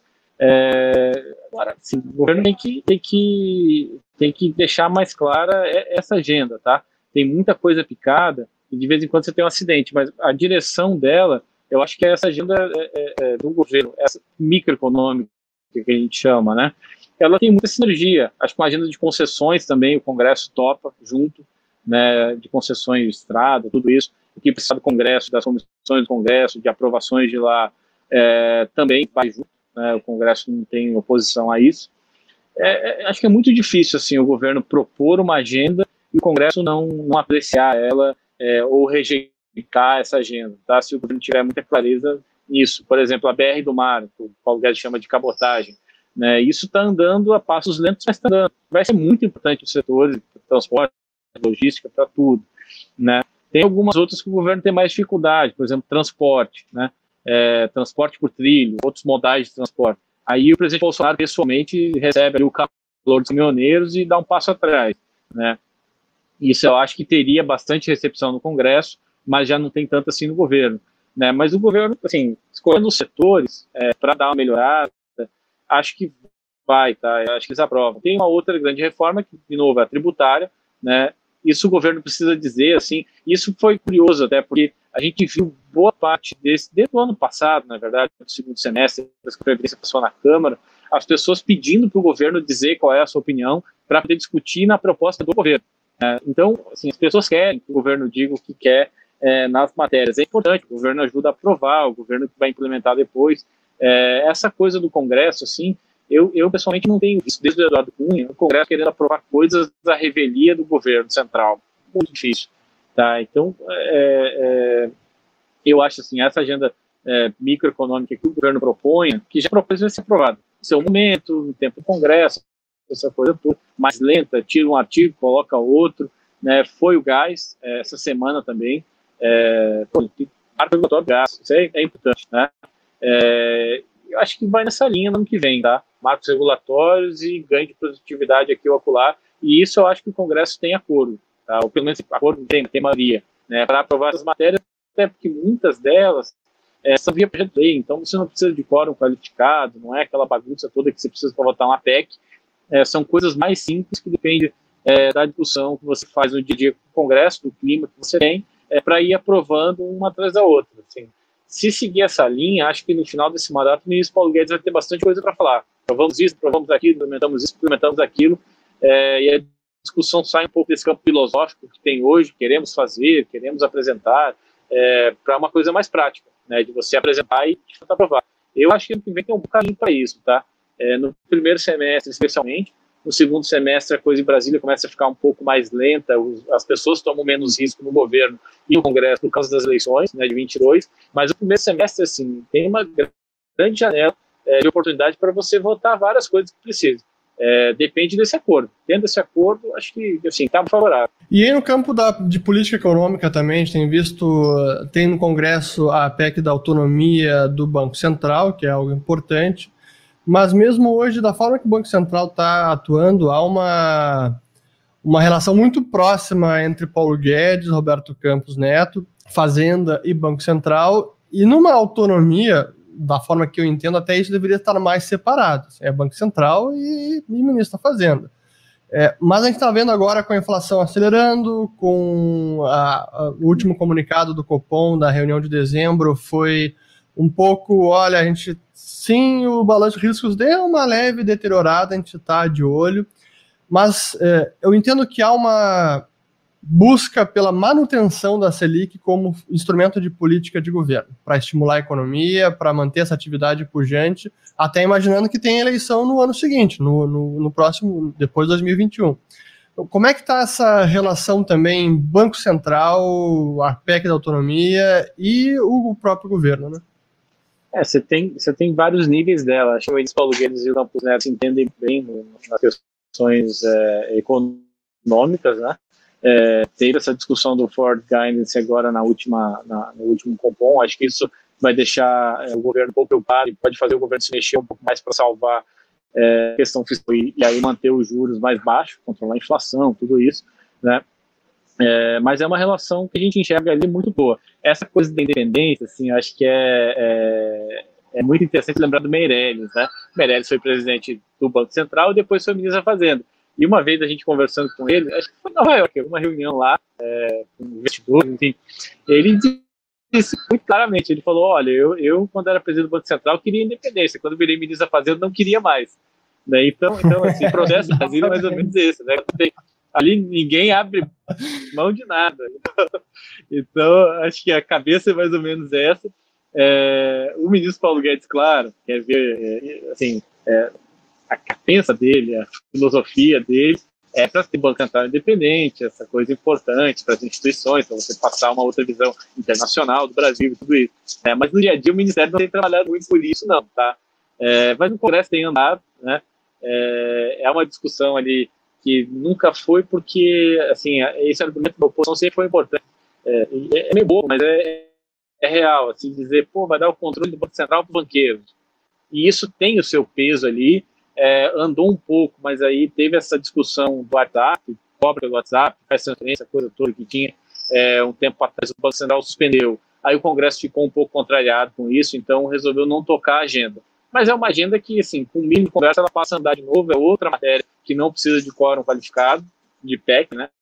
É, agora, assim, o governo tem que, tem, que, tem que deixar mais clara essa agenda, tá? Tem muita coisa picada e de vez em quando você tem um acidente, mas a direção dela, eu acho que é essa agenda é, é, do governo, essa microeconômica que a gente chama, né? Ela tem muita sinergia. Acho que uma agenda de concessões também, o Congresso topa junto, né, de concessões de estrada, tudo isso, o que precisa do Congresso, das comissões do Congresso, de aprovações de lá, é, também vai junto, né, o Congresso não tem oposição a isso. É, é, acho que é muito difícil assim, o governo propor uma agenda e o Congresso não, não apreciar ela é, ou rejeitar essa agenda, tá? Se o governo tiver muita clareza nisso. Por exemplo, a B R do Mar, que o Paulo Guedes chama de cabotagem, né, isso está andando a passos lentos, mas está andando. Vai ser muito importante os setores de transporte, logística, para tudo, né? Tem algumas outras que o governo tem mais dificuldade, por exemplo, transporte, né? É, transporte por trilho, outros modais de transporte. Aí o presidente Bolsonaro pessoalmente recebe ali o calor dos caminhoneiros e dá um passo atrás, né? Isso eu acho que teria bastante recepção no Congresso, mas já não tem tanto assim no governo, né? Mas o governo, assim, escolhendo os setores é, para dar uma melhorada, acho que vai, tá? Eu acho que eles aprovam. Tem uma outra grande reforma que, de novo, é a tributária, né? Isso o governo precisa dizer, assim, isso foi curioso até, porque a gente viu boa parte desse, desde o ano passado, na verdade, no segundo semestre, depois que a Previdência passou na Câmara, as pessoas pedindo para o governo dizer qual é a sua opinião para poder discutir na proposta do governo. É, então, assim, as pessoas querem que o governo diga o que quer é, nas matérias. É importante, o governo ajuda a aprovar, o governo que vai implementar depois. É, essa coisa do Congresso, assim, Eu, eu, pessoalmente, não tenho visto, desde o Eduardo Cunha, o Congresso querendo aprovar coisas da revelia do governo central. Muito difícil. Tá? Então, é, é, eu acho assim, essa agenda é, microeconômica que o governo propõe, que já propôs vai ser aprovada. Seu momento, no tempo do Congresso, essa coisa toda, mais lenta, tira um artigo, coloca outro. Né? Foi o gás, é, essa semana também. É, pô, marco regulatório gás, isso é, é importante. Né? É, eu acho que vai nessa linha no ano que vem, tá? Marcos regulatórios e ganho de produtividade aqui ou acolá, e isso eu acho que o Congresso tem acordo, tá? Ou pelo menos acordo tem, tem maioria, né, para aprovar essas matérias, até porque muitas delas é, são via projeto de lei, então você não precisa de quórum qualificado, não é aquela bagunça toda que você precisa para votar uma P E C, é, são coisas mais simples que dependem é, da discussão que você faz no dia a dia com o Congresso, do clima que você tem, é, para ir aprovando uma atrás da outra, assim. Se seguir essa linha, acho que no final desse mandato o ministro Paulo Guedes vai ter bastante coisa para falar. Provamos isso, provamos aquilo, implementamos isso, implementamos aquilo, é, e a discussão sai um pouco desse campo filosófico que tem hoje, queremos fazer, queremos apresentar, é, para uma coisa mais prática, né, de você apresentar e de fato aprovar. Eu acho que ano que vem tem um bom caminho para isso, tá? É, no primeiro semestre, especialmente, no segundo semestre a coisa em Brasília começa a ficar um pouco mais lenta, os, as pessoas tomam menos risco no governo e no Congresso por causa das eleições, né, de vinte e dois, mas o primeiro semestre, assim, tem uma grande janela é, de oportunidade para você votar várias coisas que precisa. É, depende desse acordo. Tendo esse acordo, acho que, assim, está favorável. E aí no campo da, de política econômica também, a gente tem visto, tem no Congresso a P E C da autonomia do Banco Central, que é algo importante. mas mesmo hoje, da forma que o Banco Central está atuando, há uma, uma relação muito próxima entre Paulo Guedes, Roberto Campos Neto, Fazenda e Banco Central, e numa autonomia, da forma que eu entendo, até isso deveria estar mais separado. É Banco Central e, e Ministro da Fazenda. É, mas a gente está vendo agora com a inflação acelerando, com a, a, o último comunicado do Copom da reunião de dezembro foi um pouco, olha, a gente, sim, o balanço de riscos deu uma leve deteriorada, a gente está de olho, mas é, eu entendo que há uma busca pela manutenção da Selic como instrumento de política de governo, para estimular a economia, para manter essa atividade pujante, até imaginando que tem eleição no ano seguinte, no, no, no próximo, depois de dois mil e vinte e um. Então, como é que está essa relação também Banco Central, a P E C da autonomia e o próprio governo, né? É, você tem, você tem vários níveis dela. Acho que o Enes Paulo Guedes e o Campos Neto se entendem bem nas questões é, econômicas, né? É, teve essa discussão do Forward Guidance agora na última, na, no último Copom. Acho que isso vai deixar é, o governo um pouco preocupado e pode fazer o governo se mexer um pouco mais para salvar é, a questão fiscal e, e aí manter os juros mais baixos, controlar a inflação, tudo isso, né? É, mas é uma relação que a gente enxerga ali muito boa. Essa coisa da independência, assim, acho que é, é, é muito interessante lembrar do Meirelles, né? Meirelles foi presidente do Banco Central e depois foi ministro da Fazenda. E uma vez a gente conversando com ele, acho que foi em Nova York, uma reunião lá, é, com investidores, enfim, ele disse muito claramente, ele falou, olha, eu, eu quando era presidente do Banco Central queria independência, quando virei ministro da Fazenda não queria mais. Né? Então, então, assim, o processo do Brasil é mais ou menos esse, né? Ali ninguém abre mão de nada. Então, acho que a cabeça é mais ou menos essa. É, o ministro Paulo Guedes, claro, quer ver, é, assim, é, a cabeça dele, a filosofia dele é para ter Banco Central independente, essa coisa importante para as instituições, para você passar uma outra visão internacional do Brasil e tudo isso. É, mas no dia a dia o Ministério não tem trabalhado muito por isso, não, tá? É, mas o Congresso tem andado, né? É, é uma discussão ali que nunca foi porque, assim, esse argumento da oposição sempre foi importante. É, é meio bobo, mas é, é real, assim, dizer, pô, vai dar o controle do Banco Central para os banqueiros. E isso tem o seu peso ali, é, andou um pouco, mas aí teve essa discussão do WhatsApp, cobra do WhatsApp, faz transferência, coisa toda que tinha, é, um tempo atrás o Banco Central suspendeu. Aí o Congresso ficou um pouco contrariado com isso, então resolveu não tocar a agenda. Mas é uma agenda que, assim, com o mínimo de conversa, ela passa a andar de novo, é outra matéria que não precisa de quórum qualificado, de P E C, né?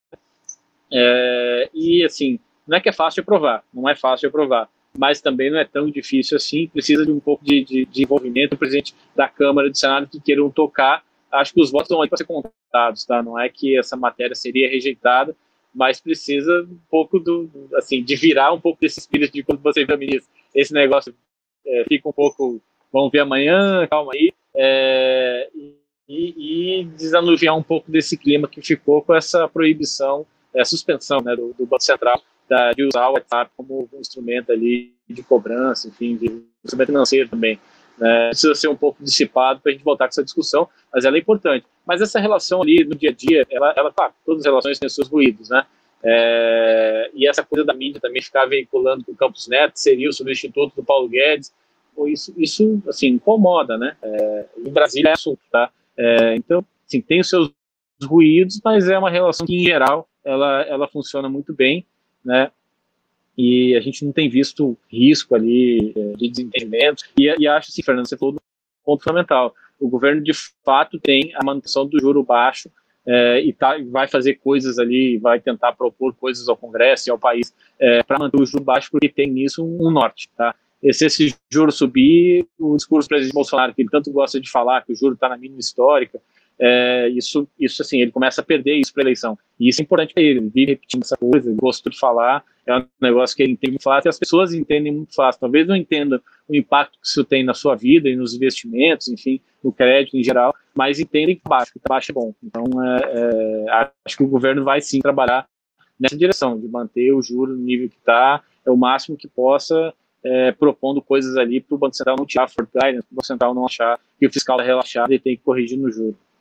É, e, assim, não é que é fácil de aprovar, não é fácil de aprovar, mas também não é tão difícil assim, precisa de um pouco de, de, de envolvimento do presidente da Câmara e do Senado que queiram tocar. Acho que os votos estão aí para ser contados, tá? Não é que essa matéria seria rejeitada, mas precisa um pouco do, assim, de virar um pouco desse espírito de quando você vira ministro. Esse negócio é, fica um pouco, vamos ver amanhã, calma aí, é, e, e desanuviar um pouco desse clima que ficou com essa proibição, a suspensão, né, do, do Banco Central da, de usar o WhatsApp como um instrumento ali de cobrança, enfim, de instrumento financeiro também. Né? Precisa ser um pouco dissipado para a gente voltar com essa discussão, mas ela é importante. Mas essa relação ali no dia a dia, ela, ela tá, todas as relações têm seus ruídos, né? É, e essa coisa da mídia também ficar veiculando que o Campos Neto seria o substituto do Paulo Guedes, isso, isso assim, incomoda, né? É, em Brasília é assunto, tá? É, então, assim, tem os seus ruídos, mas é uma relação que, em geral, ela, ela funciona muito bem, né? E a gente não tem visto risco ali de desentendimento. E, e acho, assim, Fernando, você falou do ponto fundamental. O governo, de fato, tem a manutenção do juro baixo é, e tá, vai fazer coisas ali, vai tentar propor coisas ao Congresso e ao país é, para manter o juro baixo, porque tem nisso um, um norte, tá? E se esse juro subir, o discurso do presidente Bolsonaro, que ele tanto gosta de falar que o juro está na mínima histórica, é, isso, isso assim, ele começa a perder isso para a eleição. E isso é importante para ele, ele vive repetindo essa coisa, ele gosta de falar, é um negócio que ele entende muito fácil e as pessoas entendem muito fácil. Talvez não entendam o impacto que isso tem na sua vida e nos investimentos, enfim, no crédito em geral, mas entendem que baixo, que baixo é bom. Então, é, é, acho que o governo vai sim trabalhar nessa direção, de manter o juro no nível que está, é o máximo que possa, É, propondo coisas ali para o Banco Central não tirar forward guidance, para o Banco Central não achar que o fiscal é relaxado e tem que corrigir no juro.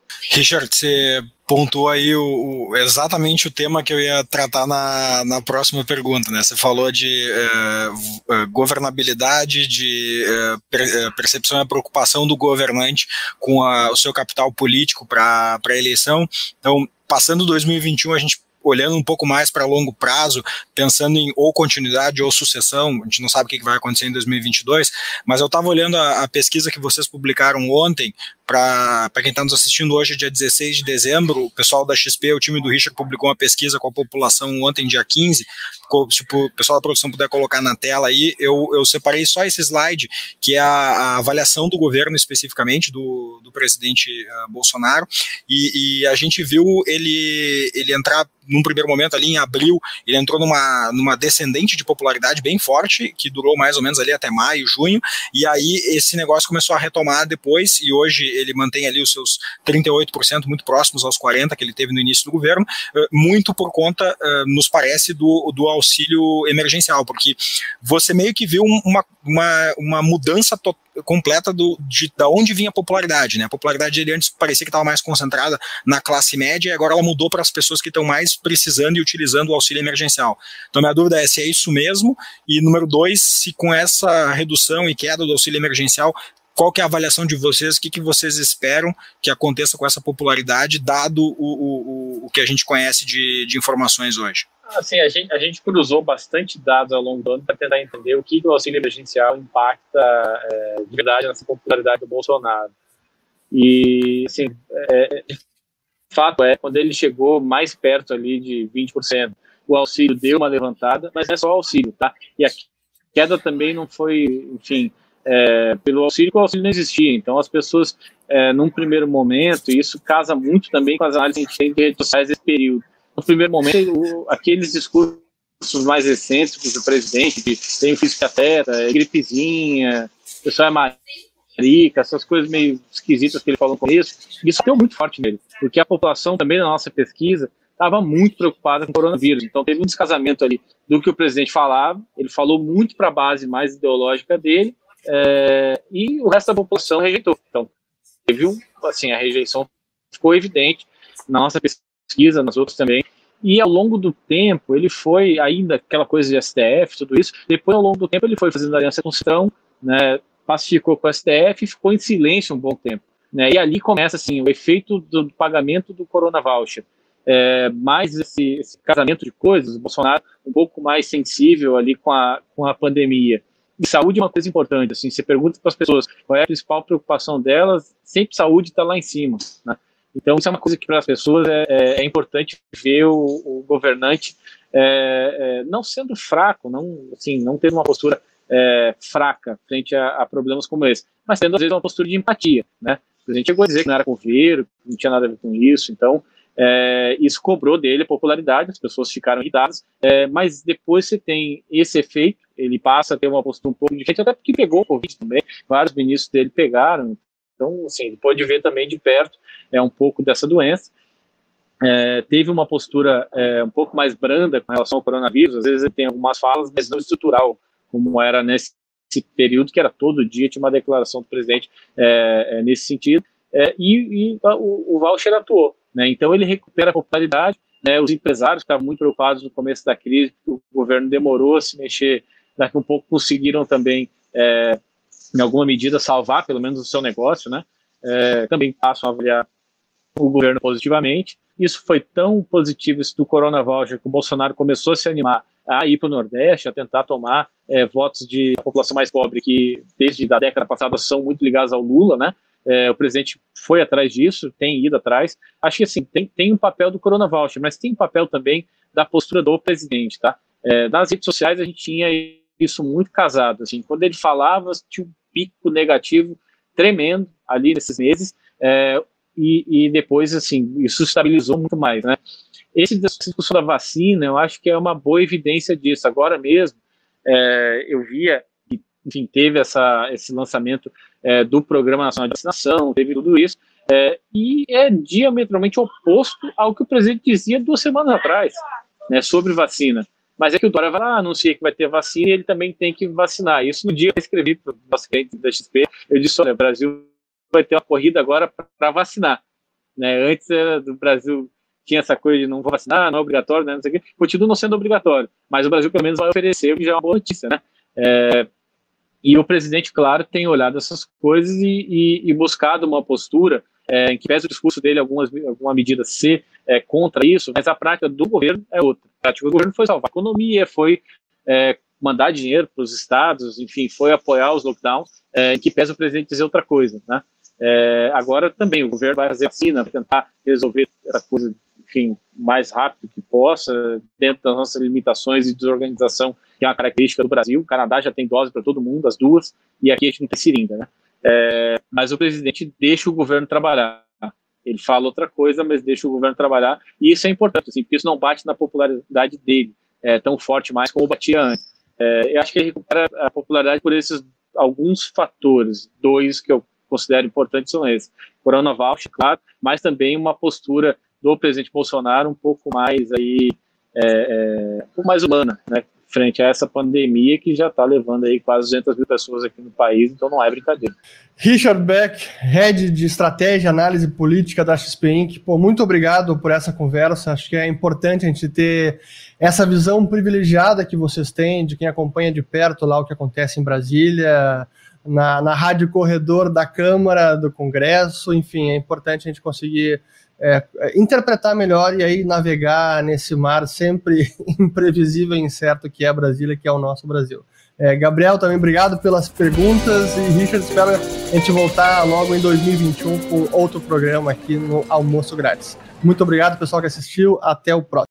Richard, você pontuou aí o, o, exatamente o tema que eu ia tratar na, na próxima pergunta, né? Você falou de uh, governabilidade, de uh, per, percepção e preocupação do governante com a, o seu capital político para a eleição. Então, passando dois mil e vinte e um, a gente olhando um pouco mais para longo prazo, pensando em ou continuidade ou sucessão, a gente não sabe o que vai acontecer em dois mil e vinte e dois, mas eu estava olhando a, a pesquisa que vocês publicaram ontem, para quem está nos assistindo hoje, dia dezesseis de dezembro, o pessoal da X P, o time do Richard, publicou uma pesquisa com a população ontem, dia quinze, se o pessoal da produção puder colocar na tela aí, eu, eu separei só esse slide, que é a, a avaliação do governo especificamente, do, do presidente uh, Bolsonaro, e, e a gente viu ele, ele entrar num primeiro momento ali em abril, ele entrou numa, numa descendente de popularidade bem forte, que durou mais ou menos ali até maio, junho, e aí esse negócio começou a retomar depois, e hoje ele mantém ali os seus trinta e oito por cento, muito próximos aos quarenta por cento que ele teve no início do governo, muito por conta, nos parece, do, do auxílio emergencial, porque você meio que viu uma, uma, uma mudança total completa do, de da onde vinha a popularidade, né? A popularidade dele antes parecia que estava mais concentrada na classe média e agora ela mudou para as pessoas que estão mais precisando e utilizando o auxílio emergencial. Então minha dúvida é se é isso mesmo, e número dois, se com essa redução e queda do auxílio emergencial, qual que é a avaliação de vocês, o que, que vocês esperam que aconteça com essa popularidade, dado o, o, o que a gente conhece de, de informações hoje? Assim, a gente, a gente cruzou bastante dados ao longo do ano para tentar entender o que o auxílio emergencial impacta é, de verdade nessa popularidade do Bolsonaro. E, assim, é, de fato, é, quando ele chegou mais perto ali de vinte por cento, o auxílio deu uma levantada, mas não é só o auxílio, tá? E a queda também não foi, enfim, é, pelo auxílio, que o auxílio não existia. Então, as pessoas, é, num primeiro momento, e isso casa muito também com as análises que a gente tem de redes sociais desse período. No primeiro momento, o, aqueles discursos mais excêntricos do presidente, de tem fisioteta, gripezinha, o pessoal é marica, essas coisas meio esquisitas que ele falou no começo, isso deu muito forte nele, porque a população também na nossa pesquisa estava muito preocupada com o coronavírus. Então teve um descasamento ali do que o presidente falava, ele falou muito para a base mais ideológica dele, é, e o resto da população rejeitou. Então teve um, assim, a rejeição ficou evidente na nossa pesquisa, pesquisa, nas outras também, e ao longo do tempo ele foi, ainda aquela coisa de S T F, tudo isso, depois ao longo do tempo ele foi fazendo aliança com o Centrão, né, pacificou com o S T F e ficou em silêncio um bom tempo, né, e ali começa assim, o efeito do pagamento do Corona Voucher, é, mais esse, esse casamento de coisas, o Bolsonaro um pouco mais sensível ali com a, com a pandemia. E saúde é uma coisa importante, assim, você pergunta para as pessoas qual é a principal preocupação delas, sempre saúde está lá em cima, né. Então, isso é uma coisa que para as pessoas é, é, é importante ver o, o governante é, é, não sendo fraco, não, assim, não tendo uma postura é, fraca frente a, a problemas como esse, mas tendo, às vezes, uma postura de empatia, né? O presidente chegou a dizer que não era coveiro, que não tinha nada a ver com isso, então é, isso cobrou dele a popularidade, as pessoas ficaram irritadas, é, mas depois você tem esse efeito, ele passa a ter uma postura um pouco diferente, até porque pegou o Covid também, vários ministros dele pegaram. Então, assim, ele pode ver também de perto é, um pouco dessa doença. É, teve uma postura é, um pouco mais branda com relação ao coronavírus, às vezes ele tem algumas falas, mas não estrutural, como era nesse período, que era todo dia, tinha uma declaração do presidente é, é, nesse sentido, é, e, e o, o voucher atuou, né? Então ele recupera a popularidade, né? Os empresários estavam muito preocupados no começo da crise, o governo demorou a se mexer, daqui a um pouco conseguiram também é, em alguma medida, salvar pelo menos o seu negócio, né? É, também passam a avaliar o governo positivamente. Isso foi tão positivo, isso do Corona Voucher, que o Bolsonaro começou a se animar a ir para o Nordeste, a tentar tomar é, votos de população mais pobre, que desde a década passada são muito ligados ao Lula, né? É, o presidente foi atrás disso, tem ido atrás. Acho que assim, tem, tem um papel do Corona Voucher, mas tem um papel também da postura do presidente, tá? É, nas redes sociais a gente tinha isso muito casado, assim, quando ele falava, tinha um pico negativo tremendo ali nesses meses, é, e, e depois, assim, isso estabilizou muito mais, né? Esse discurso da vacina, eu acho que é uma boa evidência disso. Agora mesmo, é, eu via, que, enfim, teve essa, esse lançamento é, do Programa Nacional de Vacinação, teve tudo isso, é, e é diametralmente oposto ao que o presidente dizia duas semanas atrás, né, sobre vacina. Mas é que o Dória vai lá, anuncia que vai ter vacina e ele também tem que vacinar. Isso no dia eu escrevi para o nosso cliente da X P, eu disse, olha, o Brasil vai ter uma corrida agora para vacinar. né? Antes era do Brasil, tinha essa coisa de não vou vacinar, não é obrigatório, né? Não sei o quê. Continua não sendo obrigatório, mas o Brasil pelo menos vai oferecer, o que já é uma boa notícia, né? É, e o presidente, claro, tem olhado essas coisas e, e, e buscado uma postura é, em que pese o discurso dele algumas, alguma medida ser é, contra isso, mas a prática do governo é outra. A prática do governo foi salvar a economia, foi é, mandar dinheiro para os estados, enfim, foi apoiar os lockdowns, é, em que pese o presidente dizer outra coisa, né? É, agora também o governo vai fazer vacina, vai tentar resolver essa coisa, enfim, mais rápido que possa, dentro das nossas limitações e desorganização, que é uma característica do Brasil. O Canadá já tem dose para todo mundo, as duas, e aqui a gente não tem seringa, né? É, mas o presidente deixa o governo trabalhar. Ele fala outra coisa, mas deixa o governo trabalhar, e isso é importante, assim, porque isso não bate na popularidade dele é, tão forte mais como batia antes. É, eu acho que ele recupera a popularidade por esses alguns fatores, dois que eu considero importantes são esses. Corona voucher, claro, mas também uma postura do presidente Bolsonaro um pouco mais aí, é, é, um pouco mais humana, né, frente a essa pandemia que já está levando aí quase duzentas mil pessoas aqui no país, então não é brincadeira. Richard Beck, Head de Estratégia e Análise Política da X P Inc. Pô, muito obrigado por essa conversa, acho que é importante a gente ter essa visão privilegiada que vocês têm, de quem acompanha de perto lá o que acontece em Brasília, na, na Rádio Corredor da Câmara, do Congresso, enfim, é importante a gente conseguir É, interpretar melhor e aí navegar nesse mar sempre imprevisível e incerto que é Brasília, que é o nosso Brasil. É, Gabriel, também obrigado pelas perguntas e Richard, espero a gente voltar logo em dois mil e vinte e um com outro programa aqui no Almoço Grátis. Muito obrigado, pessoal que assistiu, até o próximo.